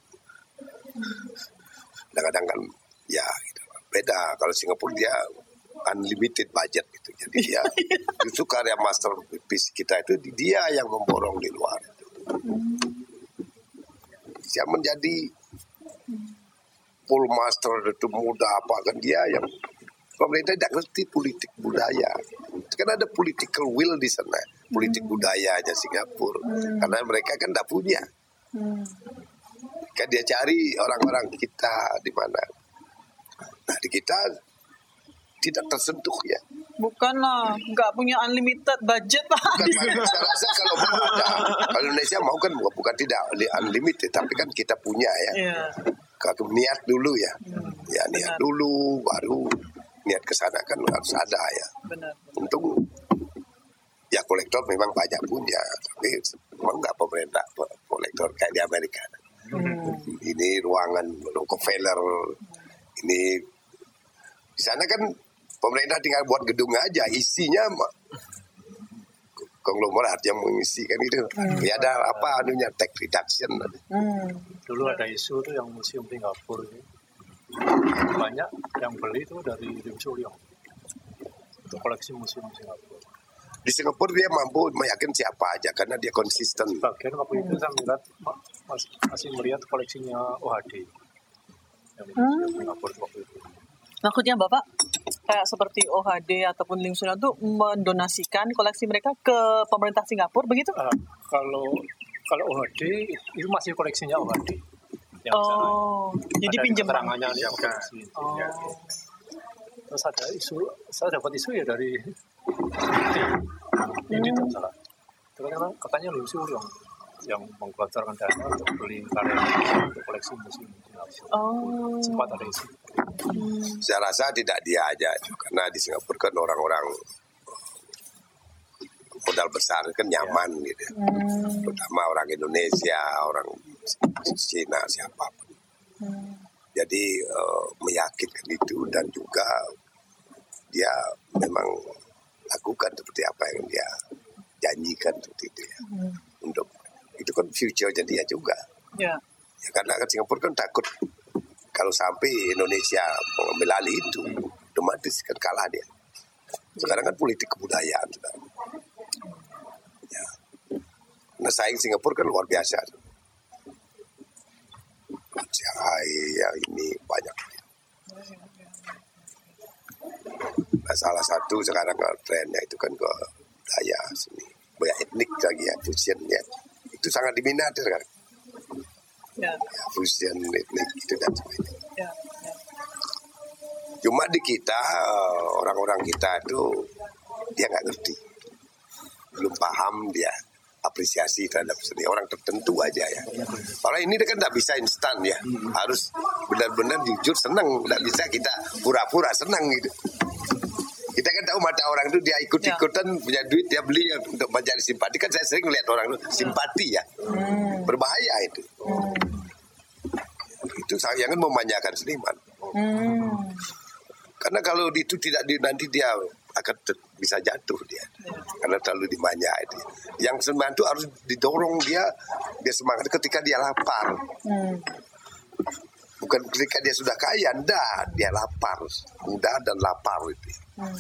Kadang-kadang kan ya gitu. Beda kalau Singapura dia unlimited budget gitu. Jadi dia itu karya masterpiece kita itu dia yang memborong di luar itu. Dia menjadi full master itu muda apa kan dia yang pemerintah tidak ngerti politik budaya. Kan ada political will di sana, politik budayanya Singapura. Karena mereka kan tidak punya. Kan dia cari orang-orang kita di mana. Nah di kita tidak tersentuh ya. Bukan lah, nggak punya unlimited budget lah. Bukan, saya rasa kalau ada, kalau Indonesia mau kan bukan tidak unlimited, tapi kan kita punya ya. Iya. Kalau niat dulu ya, Hmm, ya niat benar. dulu, baru niat ke sana kan harus ada ya. Benar. Untung ya kolektor memang banyak punya, tapi memang nggak pemerintah kolektor kayak di Amerika. Hmm. Ini ruangan Rockefeller, ini di sana kan pemerintah tinggal buat gedung aja, isinya ma- konglomerat yang mengisi kan itu. Hmm. Ya ada apa anunya tax reduction. Hmm. Dulu ada isu tuh yang museum Singapura ini. Banyak yang beli itu dari Lim Soo Leong untuk koleksi museum Singapura. Di Singapura dia mampu meyakinkan siapa aja karena dia konsisten. Bagian waktu itu saya melihat ma- mas- masih melihat koleksinya O H D yang di museum Singapura waktu itu. Maksudnya Bapak kayak seperti O H D ataupun Lim Soo Leong itu mendonasikan koleksi mereka ke pemerintah Singapura begitu? Ah, kalau kalau O H D itu masih koleksinya O H D. Yang di sana. Oh, jadi Ada pinjam. keterangannya nih koleksi. Oh. Terus ada isu, saya dapat isu ya dari ini tuh salah. Ternyata katanya Lim Soo Leong yang menggelontorkan dana untuk beli karya untuk koleksi museum Singapura. Oh. Sempat ada isu. Saya rasa tidak dia aja karena di Singapura kan orang-orang modal besar kan nyaman gitu. Hmm. Terutama orang Indonesia, orang Cina, siapapun. Jadi eh, meyakinkan itu dan juga dia memang lakukan seperti apa yang dia janjikan seperti itu ya. Untuk itu kan future-nya dia juga. Ya. Ya, karena kan Singapura kan takut kalau sampai Indonesia mengambil alih itu, otomatis kan kalah dia. Sekarang kan politik kebudayaan sekarang. Ya. Nah saing Singapura kan luar biasa. Shanghai ya ini banyak. Nah, salah satu sekarang trennya itu kan ke budaya seni, budaya etnik lagi ya, fusion ya. Itu sangat diminati sekarang. Ya. Ya, fusion etnik itu dan sebagainya. Ya. Ya. Cuma di kita orang-orang kita itu dia nggak ngerti, belum paham dia apresiasi terhadap seni orang tertentu aja ya. Kalau ini kan nggak bisa instan ya, harus benar-benar jujur senang, nggak bisa kita pura-pura senang gitu. Kita kan tahu mata orang itu dia ikut-ikutan punya duit dia beli untuk mencari simpati. Kan saya sering melihat orang itu simpati ya, berbahaya itu. Itu jangan memanjakan seniman. Hmm. Karena kalau itu tidak di, nanti dia akan ter- bisa jatuh dia. Karena terlalu dimanja itu. Yang seniman itu harus didorong dia, dia semangat ketika dia lapar. Hmm. Bukan ketika dia sudah kaya, enggak, dia lapar. Mudah dan lapar itu. Hmm.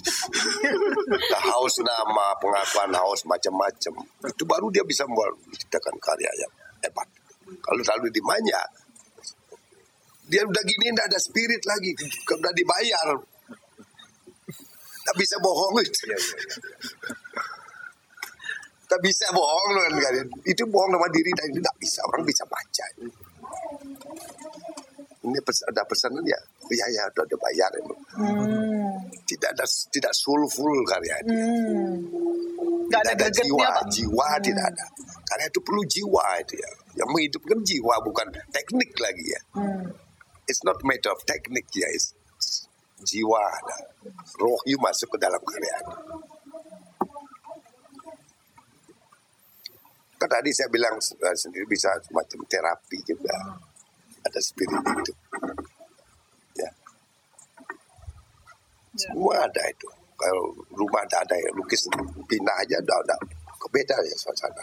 Haus nama, pengakuan haus macam-macam. Itu baru dia bisa membuat menciptakan karya yang hebat. Kalau terlalu dimanja, dia udah gini enggak ada spirit lagi, udah dibayar. Tak bisa bohong itu. Tak bisa bohong loh kan. Itu bohong sama diri dan tidak bisa, orang bisa baca. Ini pes- ada pesanan ya, ya ya udah ada bayar. Hmm. Tidak ada tidak soulful karya itu. Hmm. Nggak ada Tidak ada gregetnya, jiwa, Pak. jiwa tidak ada. Karena itu perlu jiwa itu ya. Yang menghidupkan jiwa bukan teknik lagi ya. Hmm. It's not matter of teknik ya, it's jiwa ada. Roh you masuk ke dalam karya itu. Kan tadi saya bilang uh, sendiri bisa semacam terapi juga. Ada spirit itu. Ya. Semua ada itu. Kalau rumah tak ada ya, lukis pindah aja udah udah kebeda ya suasana.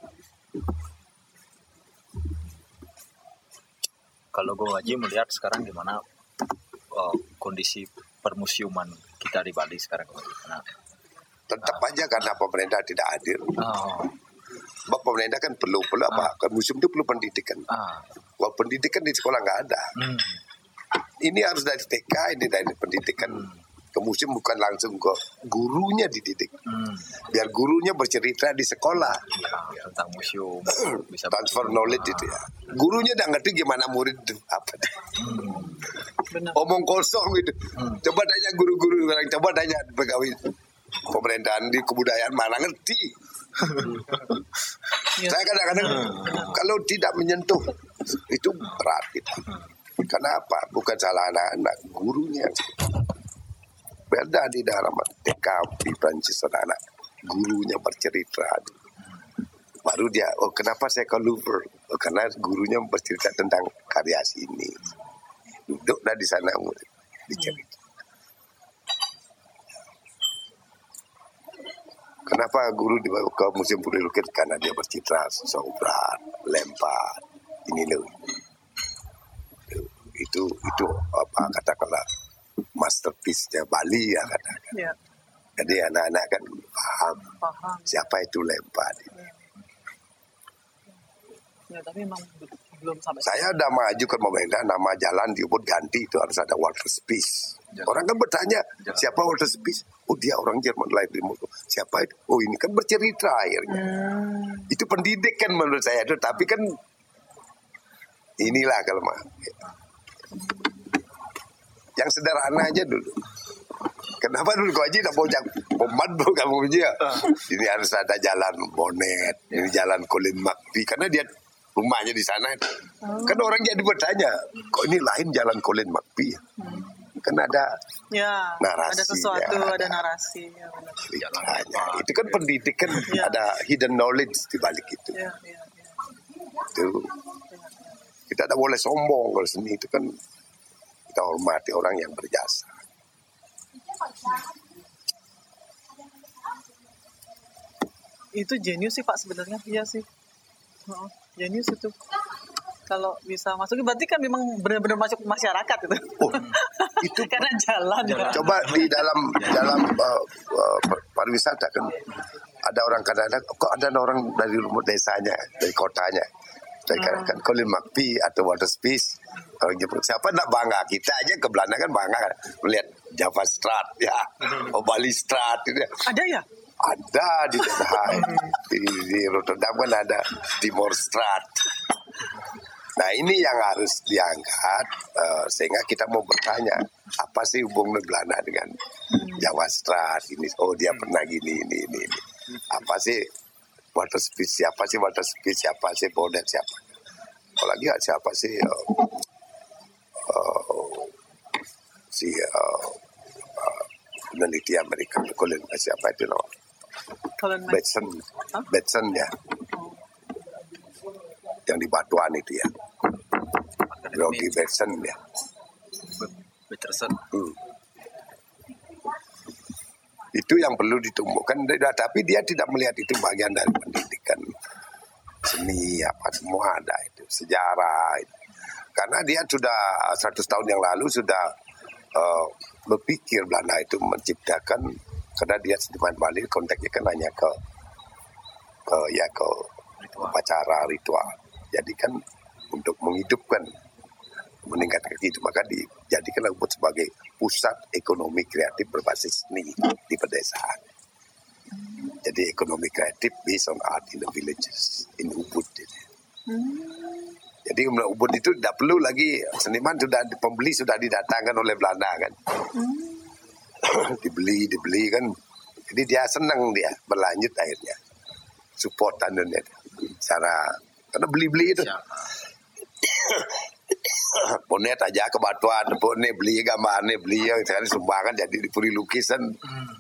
Kalau gue Haji melihat sekarang gimana uh, kondisi permusiuman kita di Bali sekarang, karena Tetap aja karena pemerintah tidak hadir. oh, Sebab pemerintah kan perlu perlu apa? Kan museum itu perlu pendidikan. ah, Kalau pendidikan di sekolah nggak ada. hmm, Ini harus dari T K, ini dari pendidikan ke museum bukan langsung ke gurunya dididik. Hmm. Biar gurunya bercerita di sekolah. Ya, tentang museum bisa Transfer knowledge itu ya. Gurunya udah ngerti gimana murid itu apa. Benar. Omong kosong gitu. Coba tanya guru-guru sekarang, coba tanya pegawai pemerintahan di kebudayaan mana ngerti. Ya. Saya kadang-kadang kalau tidak menyentuh itu berat gitu. Kenapa? Bukan salah anak-anak, gurunya. Beda di dalam T K di Prancis anak-anak, gurunya bercerita. Baru dia, oh kenapa saya ke Louvre? Oh, karena gurunya bercerita tentang karya sini. Duduklah di sana murid, dicerita. Kenapa guru dibawa ke Museum Budaya Lukis? Karena dia bercitra Sobrat, Lempart, ini loh. Itu itu apa katakanlah masterpiece-nya Bali ya katakan. Ya, Jadi anak-anak kan paham paham. siapa itu Lempart. Ya, tapi memang belum sampai. Saya udah maju ke pemerintah, nama jalan di Ubud ganti itu harus ada Walter Spies. Orang kan bertanya siapa Walter Spies? Oh dia orang Jerman lahir di Moskow. Siapa itu? Oh ini kan bercerita akhirnya. Hmm. Itu pendidikan menurut saya itu. Tapi kan inilah kalau mah. Yang sederhana aja dulu. Kenapa dulu kau aja tidak mau jak pemandu kamu aja? Ini harus ada jalan Bonet, ini jalan Colin McVie karena dia rumahnya di sana. Kan orang jadi bertanya, kok ini lain jalan Colin McVie? Kan ada Ya, narasi, ada sesuatu, ya, ada, ada narasi. Ya, benar. ceritanya. Itu kan pendidikan, Ya. ada hidden knowledge di balik itu. Ya, ya, ya. Itu kita tidak boleh sombong kalau seni itu kan kita hormati orang yang berjasa. Itu jenius sih Pak sebenarnya, iya sih. Oh, jenius itu. Kalau bisa masuk, berarti kan memang benar-benar masuk masyarakat itu. Oh, itu Karena jalan. Pak. coba di dalam dalam uh, uh, pariwisata kan ada orang kadang-kadang kok ada orang dari rumah desanya, dari kotanya. Dari kan, kan Colin McVie atau Walter Spies orang Jepang siapa nak bangga, kita aja ke Belanda kan bangga kan melihat Java Strat ya, oh Bali Strat itu ya. Ada ya? Ada di Den Haag, di, di Rotterdam kan ada Timor Strat. Nah ini yang harus diangkat uh, sehingga kita mau bertanya apa sih hubungan Belanda dengan Jawa Strat ini? Oh dia pernah gini ini ini. ini. Apa sih Walter Spies? Siapa sih Walter Spies? Siapa sih Bonet? Siapa? Apalagi siapa sih uh, uh, si uh, uh, peneliti Amerika Colin siapa itu no? Colin Mac- Batson, Hah? Batson ya, yang di Batuan itu ya. Rocky Batson ya. Peterson. Hmm. Itu yang perlu ditumbuhkan, tapi dia tidak melihat itu bagian dari pendidikan seni apa semua ada itu sejarah itu. Karena dia sudah seratus tahun yang lalu sudah uh, berpikir Belanda itu menciptakan karena dia seniman Bali konteksnya kan hanya ke ke ya ke upacara ritual. Jadi kan untuk menghidupkan meningkatkan itu maka dijadikan Ubud sebagai pusat ekonomi kreatif berbasis seni di pedesaan. Jadi ekonomi kreatif based on art in the villages in Ubud. Jadi Ubud itu tidak perlu lagi seniman sudah pembeli sudah didatangkan oleh Belanda kan. dibeli dibeli kan. Jadi dia senang dia berlanjut akhirnya support tandunya cara karena beli-beli itu. Bonet aja ke Batuan, bonet beli gambarnya beli yang sekali sumbangan jadi dipuri lukisan. Hmm.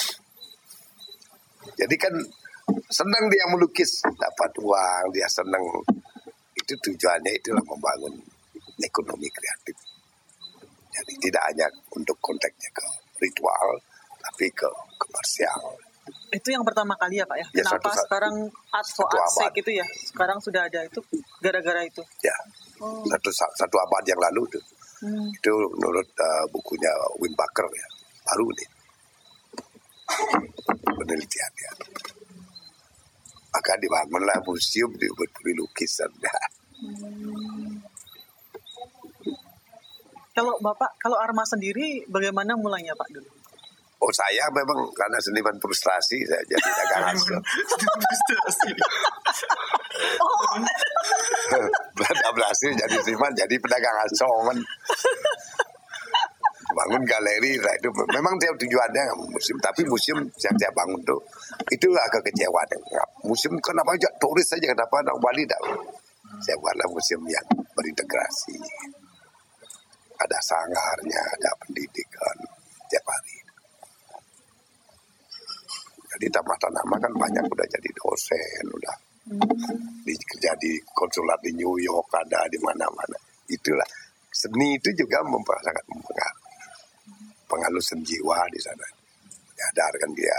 Jadi kan senang dia melukis, dapat uang, dia senang. Itu tujuannya itulah membangun ekonomi kreatif. Jadi tidak hanya untuk konteksnya ke ritual, tapi ke komersial. Itu yang pertama kali ya Pak ya? Ya, Kenapa satu, sekarang art for satu art abad. sake itu ya? Sekarang sudah ada itu gara-gara itu. Ya, Oh. satu satu abad yang lalu itu, Hmm. itu menurut uh, bukunya Wim Bakker ya, baru nih penelitiannya. Maka dibangunlah museum di Ubud-Ubud lukisan. Ya. Hmm. Kalau Bapak, kalau Arma sendiri bagaimana mulainya Pak dulu? saya memang karena seniman frustrasi saya jadi dagang aso. Belanda berhasil jadi seniman, jadi pedagang aso kan. Bangun galeri, nah itu memang dia tujuannya museum, tapi museum yang saya bangun tuh itu agak kecewa dengan museum. Kenapa aja turis saja, kenapa orang Bali tak? Saya buatlah museum yang berintegrasi, ada sanggarnya, ada pendidikan tiap hari. Jadi tamatan nama kan banyak udah jadi dosen, udah di, kerja di konsulat di New York, ada di mana-mana. Itulah seni itu juga memper, sangat mempengaruhi. Pengaruh jiwa di sana, menyadarkan dia.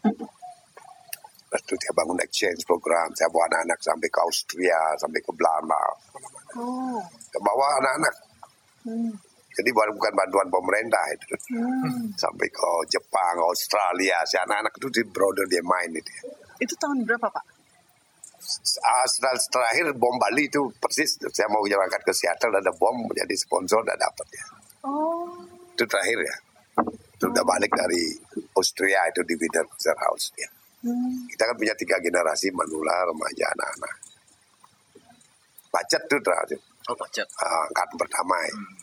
Lepas itu dia bangun exchange program, saya bawa anak-anak sampai ke Austria, sampai ke Belanda, oh. Bawa anak-anak. Hmm. Jadi bukan bantuan pemerintah itu, hmm. Sampai ke Jepang, Australia, si anak-anak itu di brother dia main itu. Itu tahun berapa Pak? Setelah terakhir bom Bali itu persis, saya mau berangkat ke Seattle ada bom, jadi sponsor udah dapat ya. Oh. Itu terakhir ya. Sudah balik dari Austria itu di Wiener House ya. Hmm. Kita kan punya tiga generasi manula, remaja, anak-anak. Pacet tuh terakhir. Oh pacet. Uh, angkatan pertama ya. Hmm.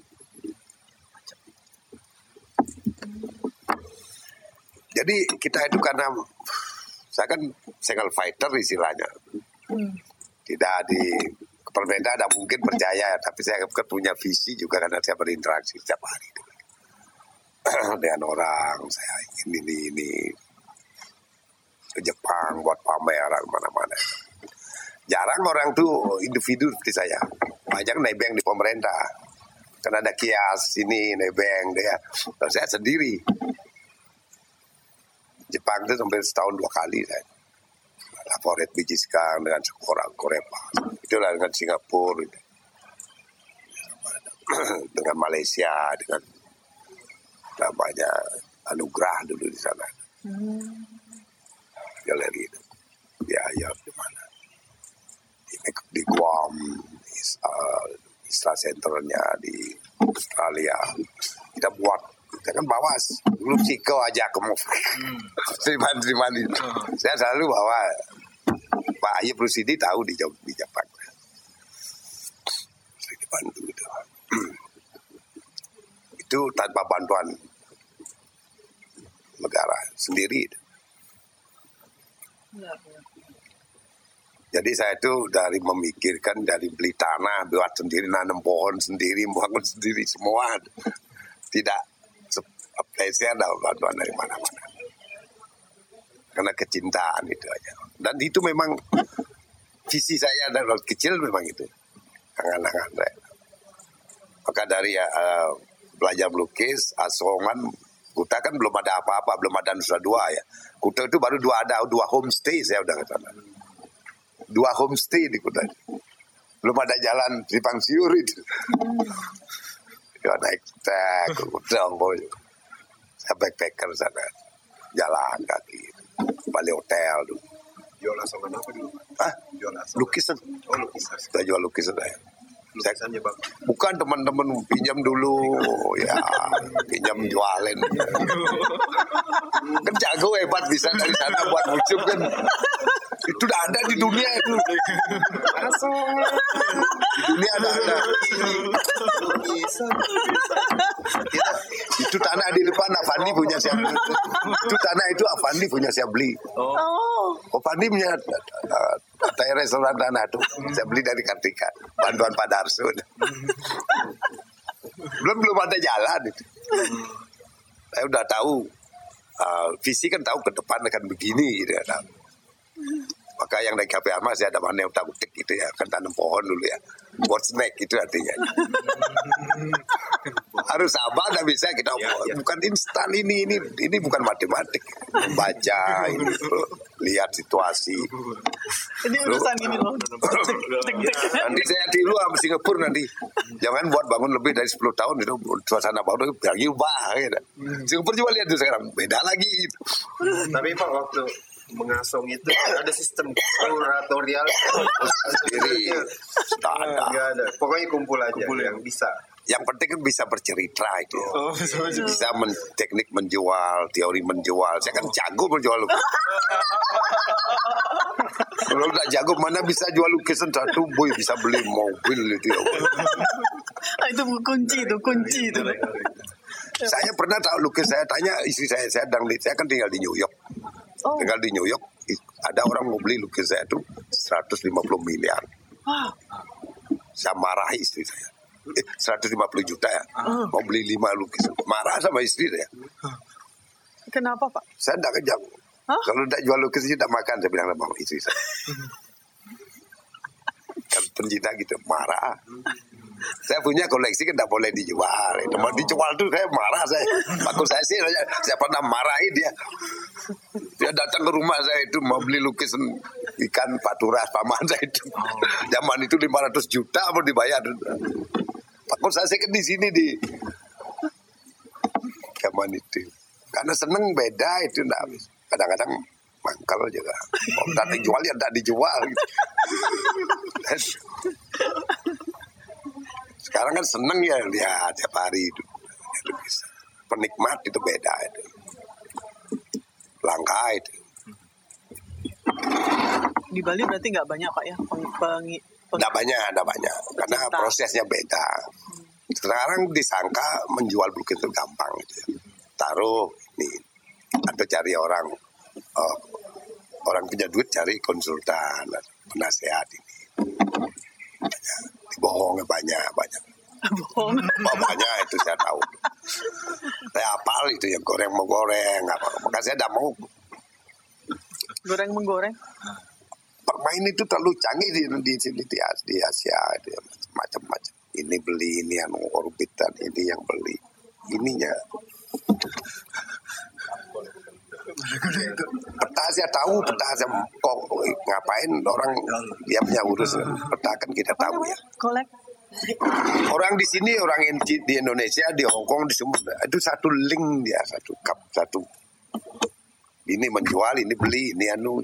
Jadi kita itu karena saya kan single fighter istilahnya. Hmm. Tidak di pemerintah ada mungkin percaya, tapi saya punya visi juga karena saya berinteraksi setiap hari dengan orang. Saya ingin ini ini ke Jepang buat pameran mana-mana. Jarang orang tuh individu seperti saya. Banyak nebeng di pemerintah. Kan ada kias sini nebeng dia. Dan saya sendiri. Jepang itu sampai setahun dua kali saya. Laporet Bijiskang dengan seorang Korea. Itulah dengan Singapura. Gitu. Dengan Malaysia, dengan namanya Anugerah dulu di sana. Hmm. Galeri itu. Di Ayam di mana? Di, di Guam, di uh, Isla Centernya di Australia. Kita buat, kita kan bawa dulu Siko aja ke Sriman-Sriman itu. Saya selalu bawa Pak Ayub Rusidi tahu di, di Jepang. Saya dibantu itu. Itu tanpa bantuan negara sendiri. Ya, ya. Jadi saya itu dari memikirkan, dari beli tanah, buat sendiri, nanam pohon sendiri, bangun sendiri semua. Tidak apresiasi ada bantuan dari mana-mana. Karena kecintaan itu aja. Dan itu memang visi saya dari kecil memang itu. Angan-angan saya. Maka dari uh, belajar melukis, Asongan, Kuta kan belum ada apa-apa, belum ada Nusa Dua ya. Kuta itu baru dua ada dua homestay saya udah ke sana. Dua homestay di Kuta. Belum ada jalan Simpang Siur itu. Ya naik trek, Kuta, saya backpacker sana, jalan kaki, balik hotel dulu. Jual asongan apa dulu? Hah? Jual asongan. Lukisan. Oh lukisan. Kita jual lukisan ya. Lukisannya bang. Bukan teman-teman pinjam dulu, ya pinjam jualin. Kan jago hebat bisa dari sana buat museum kan. Itu udah ada di dunia itu. Di dunia ada ada. Itu tanah di depan Avandi punya siap beli. Itu tanah itu Avandi punya siap beli. Oh. Avandi punya uh, restoran tanah itu. Saya beli dari Kartika. Bantuan Pak Darso. belum belum ada jalan itu. Saya udah tahu. Uh, visi kan tahu ke depan akan begini gitu ya. Maka yang naik K P Arma saya ada mana yang tak utik gitu ya, kan tanam pohon dulu ya, buat snack itu artinya. Harus sabar, dan bisa kita ya, ya. Bukan instan ini ini ini bukan matematik, membaca ini lihat situasi. Ini urusan ini loh. Nanti saya tiru sama Singapura nanti, jangan buat bangun lebih dari sepuluh tahun itu suasana baru lagi ubah. Gitu. Singapura juga lihat tuh sekarang beda lagi. Tapi Pak waktu mengasong itu ada sistem kuratorial Sendiri. Sudah ada. Nggak ada. Pokoknya kumpul aja Kumpul ya. yang bisa. Yang penting kan bisa bercerita itu. Oh, Bisa men teknik menjual, teori menjual. Saya kan jago menjual lukisan. Kalau nggak jago mana bisa jual lukisan satu boy bisa beli mobil itu ya. Itu kunci itu kunci itu. Saya pernah tahu lukis, saya tanya istri saya, saya sedang di, saya kan tinggal di New York. Oh. Tinggal di New York, ada orang mau beli lukis saya itu seratus lima puluh miliar. Wah. Saya marahi istri saya. Eh, seratus lima puluh juta ya. Mau beli lima lukis. Marah sama istri saya. Kenapa Pak? Saya tidak kejam. Hah? Kalau tidak jual lukis, tidak makan. Saya bilang sama istri saya. Kan pencinta gitu, marah. Saya punya koleksi kan tidak boleh dijual. Itu mau dijual tuh saya marah saya. Waktu saya sih saya, saya pernah marahi dia. Dia datang ke rumah saya itu mau beli lukisan ikan paturas paman saya itu. Zaman itu lima ratus juta mau dibayar. Waktu saya sih kan di sini di zaman itu. Karena seneng beda itu enggak habis. Kadang-kadang mangkal juga. Kalau tidak dijual ya tidak dijual. Gitu. Sekarang kan seneng ya lihat tiap hari itu. Itu bisa. Penikmat itu beda itu. Langka itu. Di Bali berarti nggak banyak Pak ya peng, peng, peng- Tidak banyak, tidak banyak. Karena Pecinta. prosesnya beda. Sekarang disangka menjual lukis itu gampang gitu ya. Taruh ini atau cari orang oh, orang punya duit cari konsultan, penasehat ini. Banyak. Dibohongnya banyak, banyak. bohong. Banyak itu saya tahu. Saya hafal itu yang goreng menggoreng apa. Maka saya tidak mau. Goreng menggoreng. Permain itu terlalu canggih di di sini di, di Asia itu ya, macam-macam. Ini beli ini yang orbitan, ini yang beli ininya. Peta saya tahu, peta saya kok ngapain orang dia punya urus peta kan kita tahu ya. Kolek. Orang di sini, orang yang di di Indonesia, di Hong Kong, di semua itu satu link dia, satu cup, satu. Ini menjual, ini beli, ini anu.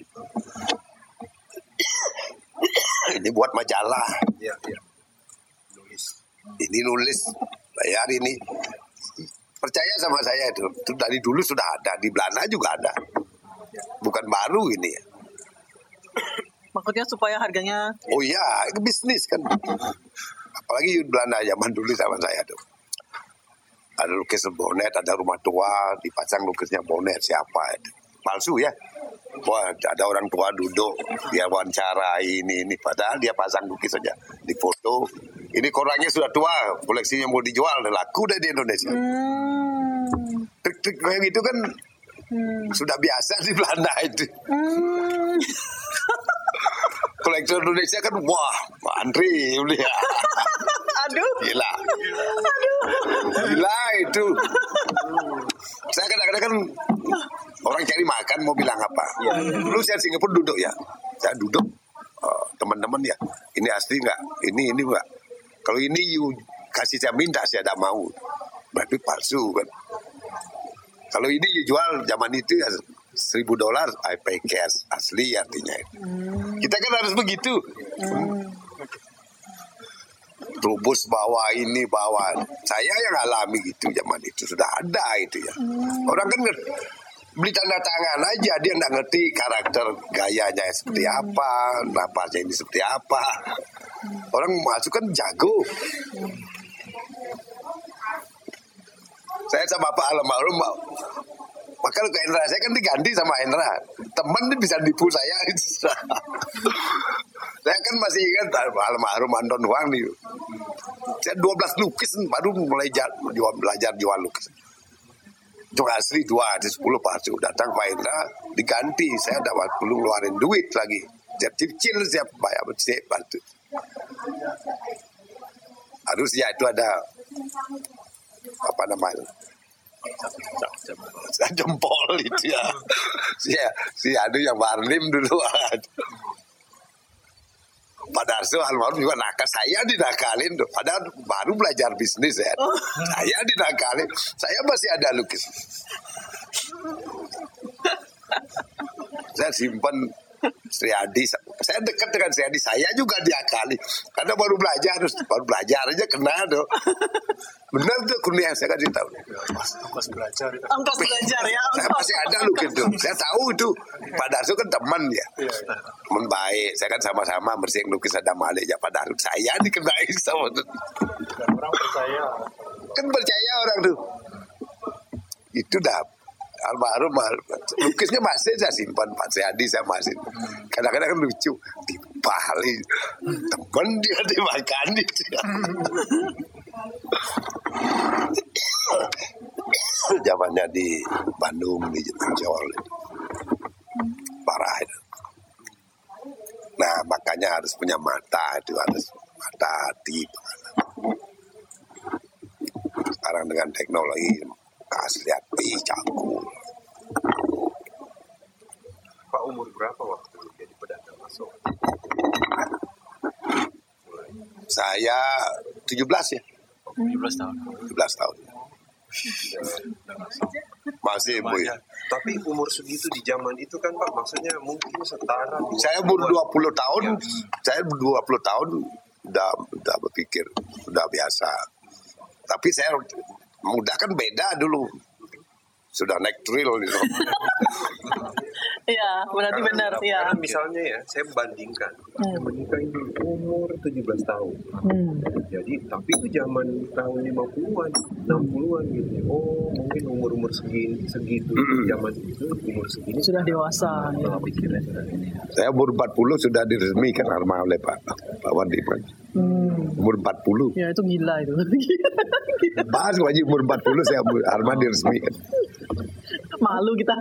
Ini buat majalah. Iya, iya. Nulis. Ini nulis, bayar ini. Percaya sama saya itu, itu dari dulu sudah ada, di Belanda juga ada. Bukan baru ini ya. Maksudnya supaya harganya. Oh iya, itu bisnis kan. Apalagi Belanda zaman dulu sama saya tuh. Ada lukis bonet, ada rumah tua, dipasang lukisnya bonet siapa itu. Palsu ya. Wah, ada orang tua duduk, dia wawancara ini ini padahal dia pasang lukis saja di foto. Ini korannya sudah tua, koleksinya mau dijual, laku deh di Indonesia. Hmm. Trik-trik kayak gitu kan Hmm. sudah biasa di Belanda itu. Hmm. Kolektor Indonesia kan wah, antri dia. Aduh. Gila. Gila itu. Saya kadang-kadang kan orang cari makan mau bilang apa. Dulu saya Singapura duduk ya. Saya duduk. Uh, teman-teman ya. Ini asli nggak? Ini ini nggak? Kalau ini you kasih saya minta saya tidak mau. Berarti palsu kan. Kalau ini you jual zaman itu ya seribu dolar, I pay cash asli artinya. Hmm. Kita kan harus begitu. Hmm. Rubus bawa ini bawa. Saya yang alami gitu zaman itu sudah ada itu ya. Hmm. Orang kan beli tanda tangan aja dia nggak ngerti karakter gayanya seperti hmm. apa, napasnya ini seperti apa. Hmm. Orang masuk kan jago. Hmm. Saya sama Pak almarhum, maka ke Endra saya kan diganti sama Endra. Teman ini bisa nipu saya. Saya kan masih ingat almarhum Anton Huang nih. Saya dua belas lukis baru mulai jual, belajar jual lukis. Itu asli dua, ada sepuluh palsu. Datang Pak Endra diganti. Saya dapat perlu ngeluarin duit lagi. Siap cicil siap bayar siap bantu. Harusnya itu ada apa namanya? Jempol itu ya. Si si adu yang Barlim dulu. Pak Darso almarhum juga nakal, saya dinakalin tuh. Padahal baru belajar bisnis ya. Oh. Saya dinakalin. Saya masih ada lukis. saya simpan Sri Adi. Saya dekat dengan Sri Adi, saya juga diakali karena baru belajar, terus baru belajar aja kena tuh. Benar tuh Kurnia, saya kasih tahu. Pas belajar itu. Ongkos belajar ya. Saya masih ada loh gitu. Saya tahu itu Pak Darso kan teman ya, teman baik. Saya kan sama-sama bersihin lukis ada Malik ya Pak Darso. Saya dikenai sama tuh. Dan orang percaya. Kan percaya orang tuh. Itu dah almarhum, lukisnya masih saya simpan Pak Sehadi, saya masih kadang-kadang kan lucu di Bali temen dia dimakan itu. Zamannya di Bandung di Jawa parah itu. Nah makanya harus punya mata, itu harus mata hati. Sekarang dengan teknologi kasih lihat pi campur. Pak umur berapa waktu jadi pedagang masuk? Saya tujuh belas ya. tujuh belas tahun. tujuh belas tahun. Masih Bu. Ya. Tapi umur segitu di zaman itu kan Pak, maksudnya mungkin setara. Saya umur dua puluh tahun, ya. Saya dua puluh tahun udah udah berpikir, udah biasa. Tapi saya muda kan beda dulu. Sudah naik trail gitu. Iya, berarti Karena- benar ya. Karena misalnya ya, saya bandingkan. Saya menikah ini umur tujuh belas tahun. Jadi, tapi itu zaman tahun lima puluhan, enam puluhan gitu. Oh, mungkin umur-umur segini, segitu. Zaman itu umur segini Sudah dewasa. Ya. pola pikirnya sudah ini. Saya umur empat puluh sudah diresmikan Arma oleh Pak Pak Wandi. Umur empat puluh. Ya itu gila itu. Pas wajib umur empat puluh saya Arma diresmikan. Malu kita.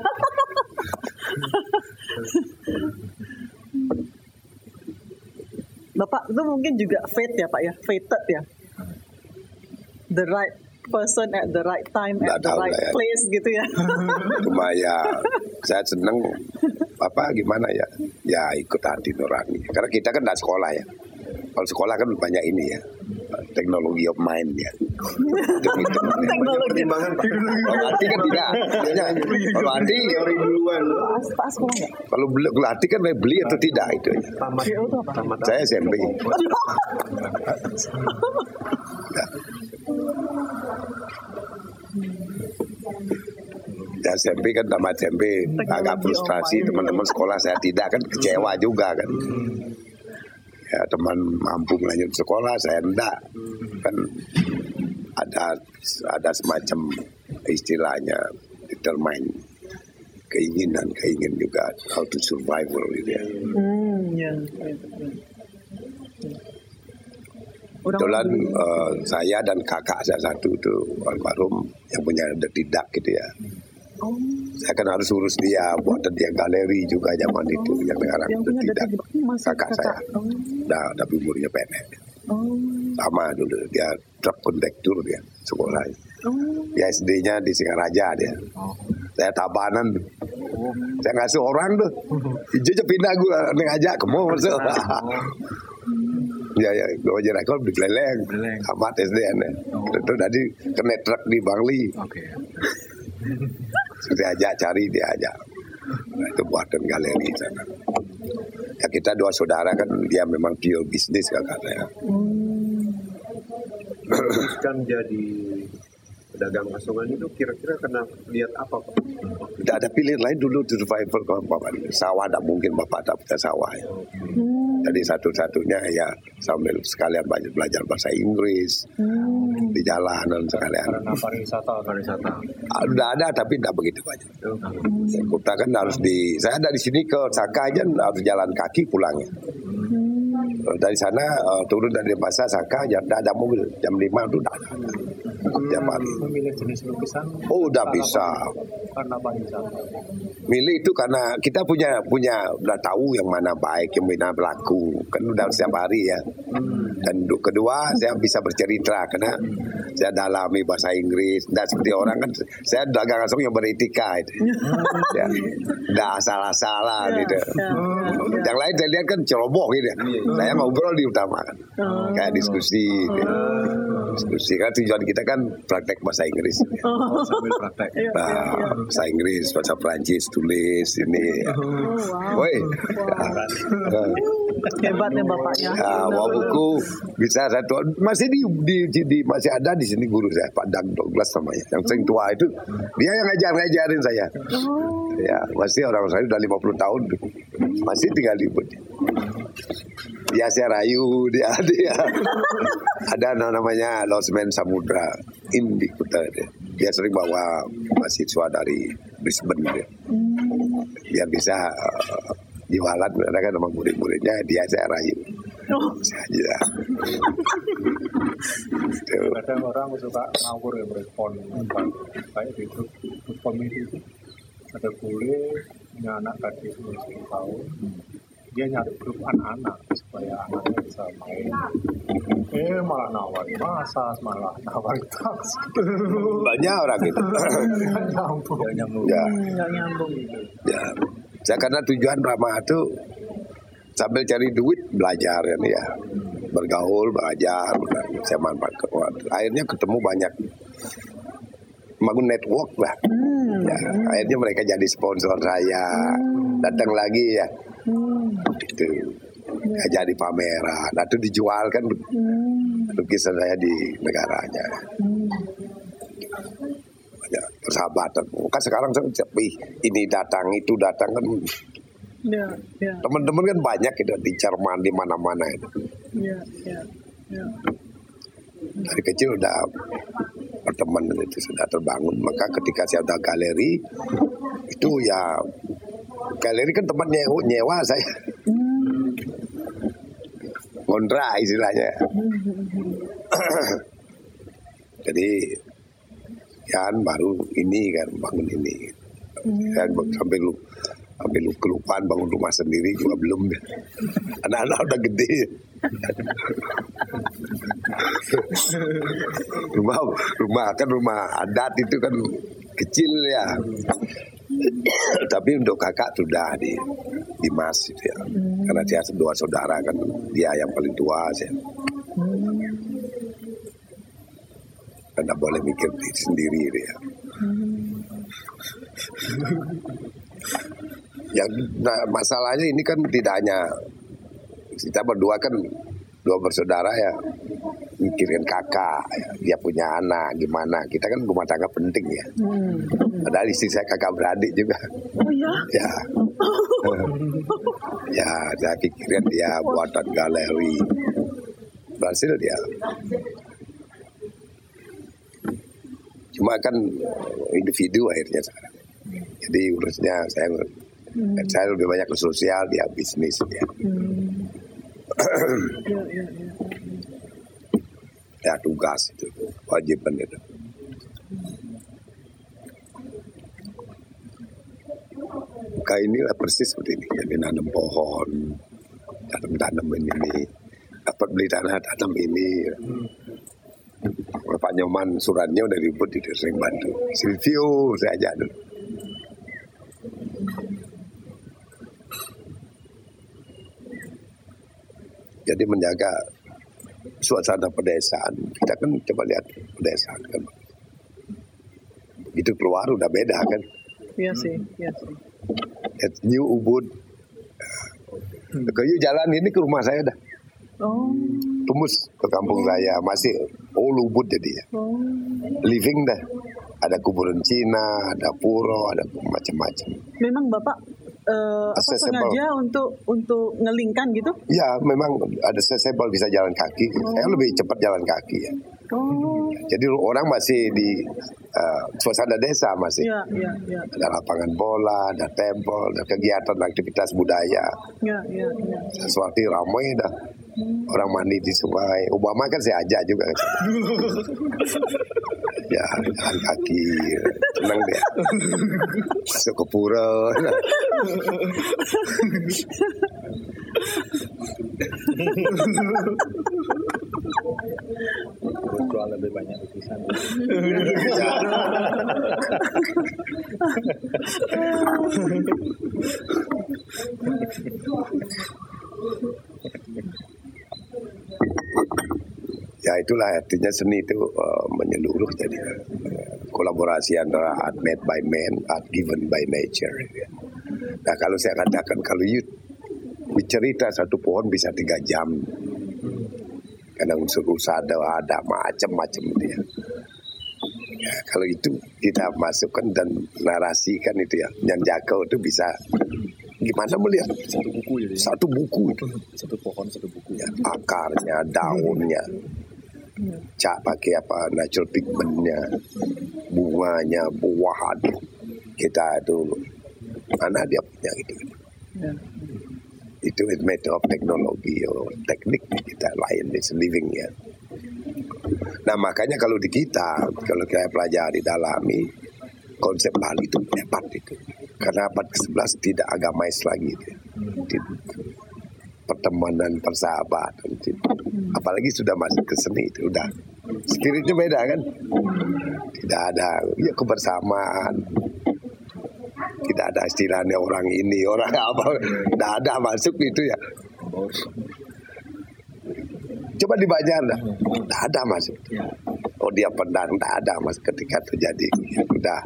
Bapak itu mungkin juga fate ya Pak ya, fated ya. The right person at the right time Nggak at the tahu right lah ya. place gitu ya. Cuma ya saya seneng apa gimana ya, ya ikut hati nurani. Karena kita kan nggak sekolah ya. Kalau sekolah kan banyak ini ya, teknologi of mind ya. Teknologi. Kalau hati kan tidak. Kalau hati Teori duluan. Pak sekolah nggak? kalau beli, kalau hati kan beli atau tidak itu. Tamat, V O itu apa? tamat Saya S M P. Ya S M P kan tamat S M P agak frustrasi, teman-teman sekolah saya tidak, kan kecewa juga kan. Ya teman mampu melanjut sekolah, saya enggak. Kan ada ada semacam istilahnya determine, keinginan keinginan juga how to survival gitu ya. Hmm, ya. Kebetulan uh, saya dan kakak saya satu itu almarhum yang punya Detik gitu ya. Oh, Saya kan harus urus dia, buat dia galeri juga zaman itu yang sekarang yang punya Detik Detik ini masih kakak saya. Oh. Dah, tapi umurnya pendek. Oh. Sama dulu dia truk kondektur dia sekolah. Oh. Dia S D-nya di Singaraja dia. Saya Tabanan. Saya ngasih orang tuh. Ijo aja pindah gue neng aja kamu masuk. Ya ya, gue aja rekor di Beleleng. Amat S D-nya. Itu tadi kena truk di Bangli. Oke. Saya ajak cari, dia ajak. Nah, itu buatan galeri sana. Ya kita dua saudara kan, dia memang pure bisnis kakak saya. kan jadi pedagang asongan itu kira-kira kena lihat apa Pak? Tidak ada pilihan lain dulu to survival kalau bapak sawah, tidak mungkin bapak tak punya sawah. Ya. Jadi satu-satunya ya sambil sekalian banyak belajar bahasa Inggris di jalanan sekalian. Karena pariwisata, pariwisata. Ah, Udah ada tapi tidak begitu banyak. Ya, kita kan harus di, saya dari sini ke Saka aja harus jalan kaki pulangnya. Dari sana uh, turun dari pasar Saka, ya tidak ada mobil. Jam lima itu tidak ada. Tiap hari. Memilih jenis lukisan. Oh, udah karena bisa. apa? Karena pariwisata. Milih itu karena kita punya punya udah tahu yang mana baik, yang mana berlaku, kan udah setiap hari ya. Dan du- kedua saya bisa bercerita karena saya dalami bahasa Inggris. Dan seperti orang kan saya dagang langsung yang beretika itu. Ya, nggak salah-salah gitu. Yang lain saya lihat kan ceroboh gitu. Ya. Saya saya ngobrol diutamakan, Oh. kayak diskusi, diskusi kan tujuan kita kan praktek bahasa Inggris, Oh, sambil praktek. Iya, nah, iya, iya. bahasa Inggris, bahasa Perancis, tulis ini, Oh, wow. woi, Wow. Hebat ya bapaknya. ya, bawa buku bisa satu, masih di, di, di, di- masih ada di sini guru saya, Pak Dan Douglas namanya, yang sering tua itu, dia yang ngajar ngajarin saya, Oh. ya masih orang saya udah lima puluh tahun, masih tinggal di Ubud. Dia saya rayu, dia dia ada namanya Losmen Samudra Im di Kuta dia. Dia sering bawa mahasiswa dari Brisbane dia. Biar bisa uh, jualan, ada kan sama murid-muridnya, dia saya rayu. Oh. Saja. Tuh. Kadang orang suka ngawur ya merespon kayak di grup grup komedi itu ada bule punya anak gadis umur sepuluh tahun, dia nyari grup anak-anak supaya anaknya bisa main, eh malah nawarin massage, malah nawarin taksi. Banyak orang gitu. Nyambung. Dia nyambung. Ya, Nggak nyambung. ya. Saya karena tujuan Rama itu sambil cari duit belajar ya, nih ya. Bergaul, belajar, saya manfaatkan waktu. Akhirnya ketemu banyak, bangun network lah. Ya, akhirnya mereka jadi sponsor saya, datang lagi ya, itu ya, jadi pameran. Nah itu dijual kan lukisan saya di negaranya. Banyak persahabatan. Kan sekarang saya wih, ini datang itu datang kan. Ya, ya, Teman-teman kan banyak itu di Jerman di mana-mana itu. ya, ya, ya. Dari kecil udah pertemanan itu sudah terbangun. Maka ketika saya udah galeri itu ya galeri kan tempat nyewa, nyewa saya. Kontrak istilahnya. Jadi kan baru ini kan bangun ini. Saya sampai lu sampai lu kelupaan bangun rumah sendiri juga belum. Anak-anak udah gede. rumah rumah kan rumah adat itu kan kecil ya. Tapi untuk kakak sudah di di Mas itu ya. Karena dia dua saudara kan, dia yang paling tua saya. Karena boleh mikir diri sendiri dia. Yang nah, masalahnya ini kan tidak hanya kita berdua kan dua bersaudara ya, mikirin kakak, ya. Dia punya anak gimana, kita kan rumah tangga penting ya. Padahal istri saya kakak beradik juga. Oh ya? Ya, ya saya pikirin dia buatan galeri, berhasil dia. Cuma kan individu akhirnya sekarang. Jadi urusnya saya, saya lebih banyak ke sosial, dia bisnis dia. Ya, ya, ya. Ya tugas itu, kewajiban itu. Kayak inilah persis seperti ini. Jadi nanam pohon, tanam-tanam ini, dapat beli tanah tanam ini. Pak Nyoman Suratnya udah ribut itu sering bantu. Silvio saya ajak dulu. Jadi menjaga suasana pedesaan. Kita kan coba lihat pedesaan kan. Begitu keluar udah beda kan. Iya sih, iya sih. Lihat New Ubud. Kayu jalan ini ke rumah saya dah. Oh, Tembus ke kampung saya. Masih old Ubud jadinya. oh. Living dah. Ada kuburan Cina, ada puro, ada macam-macam. Memang Bapak eh, apa Accessible. sengaja untuk untuk ngelingkan gitu? Ya memang ada accessible, bisa jalan kaki. Saya lebih cepat jalan kaki ya. Oh, Jadi orang masih di uh, suasana desa masih. ya, ya, ya, Ada lapangan bola, ada tempel, ada kegiatan aktivitas budaya. ya, ya, ya. Sesuatu ramai dah. Orang mandi di sungai. Obama kan saya ajak juga. Ya, jalan kaki. Senang dia. Masuk ke pura. Jual lebih banyak lukisan. Ya itulah artinya seni itu uh, menyeluruh, jadi uh, kolaborasi antara art made by man, art given by nature. Ya. Nah kalau saya katakan kalau you bercerita satu pohon bisa tiga jam, karena unsur-unsur ada, ada macam-macam dia. Ya, kalau itu kita masukkan dan narasikan itu ya, yang Jakau itu bisa gimana melihat Satu buku ya. satu buku itu, Satu pohon, satu buku. ya, akarnya, daunnya, cak pakai apa natural pigmentnya, bunganya, buah aduh, kita itu mana dia punya gitu. Ya. Itu is matter of teknologi atau teknik kita lain is living ya. Nah makanya kalau di kita, kalau kita pelajari dalami konsep Bali itu hebat itu, karena abad ke sebelas tidak agamais lagi itu. Pertemanan, persahabatan, apalagi sudah masuk ke seni itu udah spiritnya beda kan, tidak ada ya kebersamaan, tidak ada istilahnya orang ini orang apa, tidak ada masuk itu ya. Coba di Banjar dah, tidak ada masuk. Oh dia pedang, tidak ada mas ketika terjadi ya, udah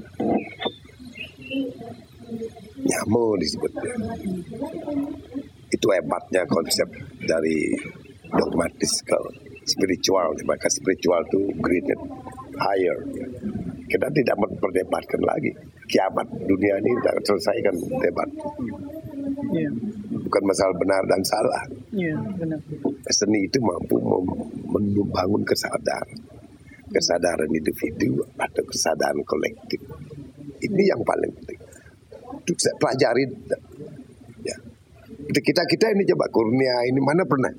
nyamu disebutnya. Itu hebatnya konsep dari dogmatis ke spiritual, maka spiritual itu graded higher. Kita tidak memperdebatkan lagi. Kiamat dunia ini tidak selesaikan debat. Iya. Bukan masalah benar dan salah. Iya, benar. Seni itu mampu mem- membangun kesadaran, kesadaran individu atau kesadaran kolektif. Ini yang paling penting. Itu saya pelajari. Ya. Kita kita ini coba kurnia ini mana pernah?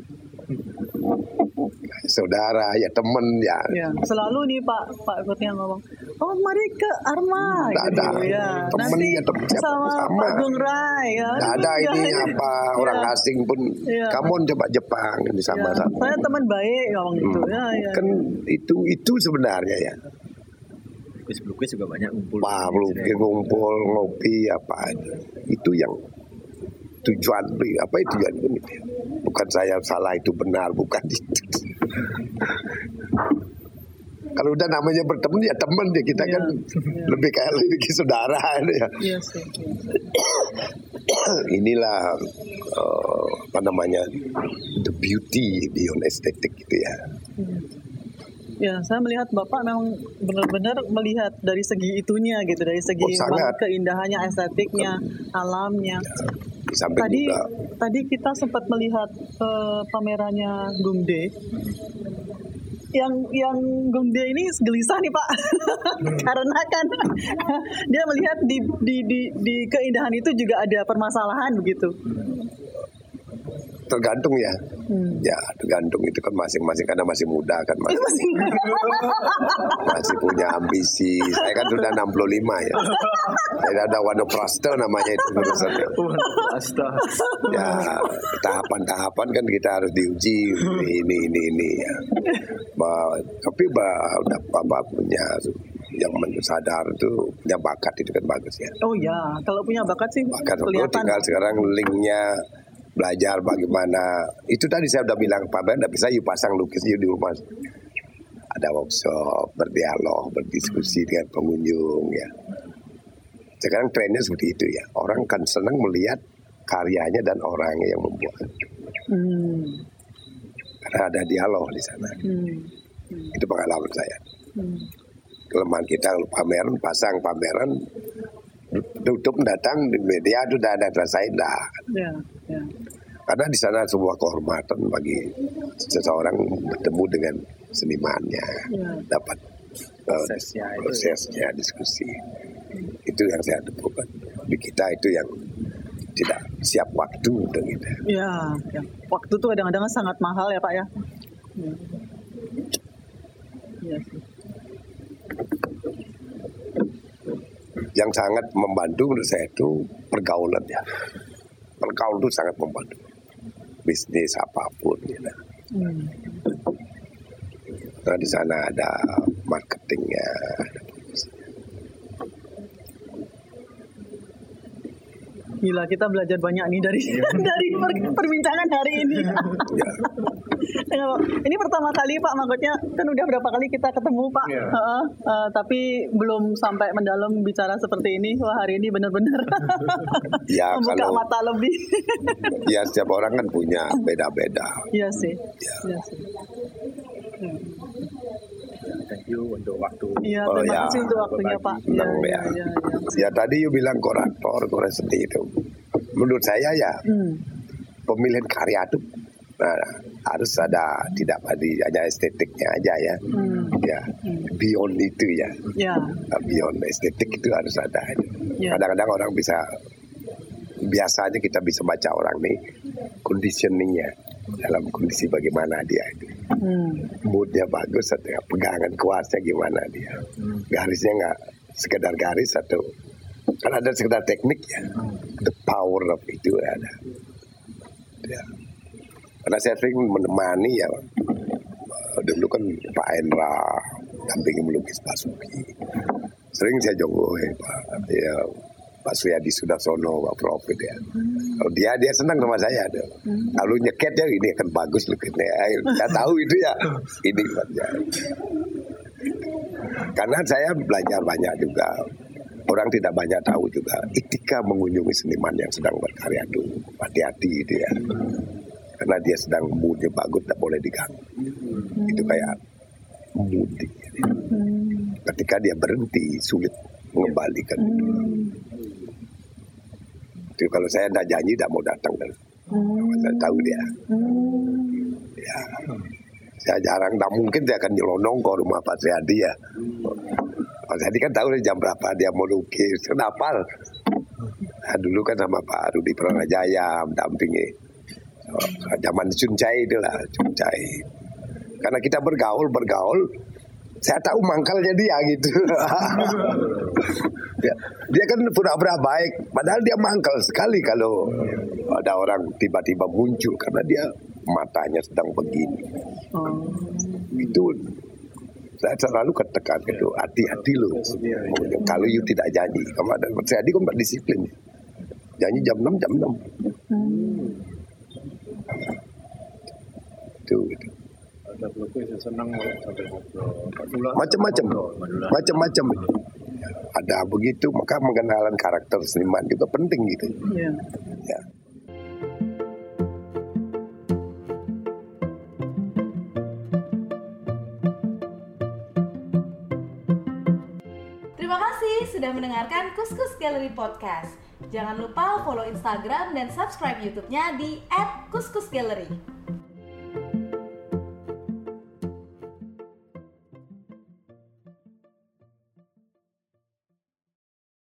Saudara ya teman ya. Ya, selalu nih Pak Pak Kurnia ngomong, oh mari ke Arma Nggak gitu ada. ya. Temen Nanti ya, temen siapa sama, sama. Pak Gung Rai ya. Nggak ada ini apa orang Ya. asing pun. Iya. Kamu coba Jepang ini sama Ya, sama. saya teman baik ngomong gitu. Hmm. Ya, ya. Kan itu itu sebenarnya ya. Lukis-lukis juga banyak ngumpul. Pak Luki ngumpul ngopi apa aja. Itu yang tujuan apa itu tujuan ini. Bukan saya salah itu benar, bukan itu. Kalau udah namanya berteman ya teman ya kita Iya, kan iya. lebih kayak lebih saudara ya. Iya sih. Inilah uh, apa namanya the beauty beyond estetik gitu ya. Ya, saya melihat Bapak memang benar-benar melihat dari segi itunya gitu, dari segi Oh, sangat. keindahannya, estetiknya, alamnya. Di samping Tadi juga tadi kita sempat melihat eh, pamerannya Gungde. Yang yang Gungde ini gelisah nih Pak, karena kan dia melihat di, di di di keindahan itu juga ada permasalahan begitu. tergantung ya. Hmm. Ya tergantung itu kan masing-masing karena masih muda kan masih, masih punya ambisi. Saya kan sudah enam puluh lima ya. Saya ada wanopraste namanya itu jurusannya. Ya tahapan-tahapan kan kita harus diuji ini ini ini ya. Bah, tapi bah, udah bapak punya yang sadar itu punya bakat itu kan bagus ya. Oh ya, kalau punya bakat sih Bakat kelihatan. tinggal sekarang linknya belajar bagaimana. Itu tadi saya udah bilang Pak Ben, tidak bisa you pasang lukis you di rumah. Ada workshop, berdialog, berdiskusi dengan pengunjung ya. Sekarang trennya seperti itu ya. Orang kan senang melihat karyanya dan orangnya yang membuat. Hmm. Karena ada dialog di sana. Hmm. Itu pengalaman saya. Hmm. Kelemahan kita kalau pameran, pasang pameran, tutup datang di media itu udah ada rasain dah. Ya, ya. Karena di sana sebuah kehormatan bagi seseorang bertemu dengan senimannya, Ya. dapat uh, Prosesnya itu. prosesnya, diskusi. Itu yang saya temukan. Di kita itu yang tidak siap waktu untuk kita. Ya, ya. Waktu tuh kadang-kadang sangat mahal ya Pak ya. Ya. Iya sih. Yang sangat membantu menurut saya itu pergaulan ya. Pergaulan itu sangat membantu. Bisnis apapun gitu. Hmm. Karena di sana ada marketingnya, ada Gila, kita belajar banyak nih dari dari per- perbincangan hari ini. ya. Ini pertama kali Pak, maksudnya kan udah berapa kali kita ketemu Pak, yeah. uh, uh, tapi belum sampai mendalam bicara seperti ini. Wah, hari ini benar-benar ya, membuka kalau, mata lebih. Ya setiap orang kan punya beda-beda. Iya sih. Ya. Iya sih. Hmm. Thank you untuk waktu. Iya, oh, terima ya. kasih untuk waktunya Pak. Ya, ya. Ya, ya, ya. Ya tadi you bilang koraktor, korak sedih itu. Menurut saya ya. Hmm. Pemilihan karya itu nah, harus ada tidak pada hanya estetiknya aja ya, hmm. ya hmm. beyond itu ya, ya. Beyond estetik itu harus ada. Ya. Kadang-kadang orang bisa biasanya kita bisa baca orang nih conditioningnya dalam kondisi bagaimana dia itu, hmm. moodnya bagus atau pegangan kuatnya gimana dia, hmm. garisnya nggak sekedar garis atau kan ada sekedar teknik ya, the power of itu ada. Ya. Karena saya sering menemani ya, dulu kan Pak Endra dampingi melukis Pak Suki, sering saya jonggo ya Pak, ya, Pak Suyadi Sudarsono, Pak Profit ya, kalau dia dia senang sama saya tuh, kalau nyeket ya ini akan bagus lukisnya, saya tahu itu ya, ini ya. Karena saya belajar banyak juga. Orang tidak banyak tahu juga etika mengunjungi seniman yang sedang berkarya itu hati-hati itu ya, karena dia sedang moodnya bagus tak boleh diganggu. Hmm. Itu kayak mudik. Hmm. Ketika dia berhenti sulit mengembalikan. Hmm. Itu kalau saya tidak janji tidak mau datang kan. Hmm. Saya tahu dia. Hmm. Ya, saya jarang, tidak mungkin saya akan nyelonong ke rumah Pak Suyadi ya. Pak Suyadi kan tahu jam berapa dia mau lukis, kenapa? Nah, dulu kan sama Pak Rudi Pranajaya mendampingi. Oh, zaman Cuncai itu lah, Cuncai. Karena kita bergaul, bergaul, saya tahu mangkalnya dia gitu. dia, dia kan pura-pura baik, padahal dia mangkal sekali kalau ada orang tiba-tiba muncul karena dia matanya sedang begini. Oh. Itu saya selalu katakan gitu, hati-hati loh. Kalau you tidak janji, kamu ada saya di kompak disiplin. Janji jam enam jam enam. Hmm. Itu itu. Ada pelukis yang senang sampai ngobrol. Macam-macam. Macam-macam. Ada begitu, maka mengenalkan karakter seniman juga penting gitu. Iya. Ya. Terima kasih sudah mendengarkan Kuskus Gallery Podcast. Jangan lupa follow Instagram dan subscribe YouTube-nya di et kuskus gallery.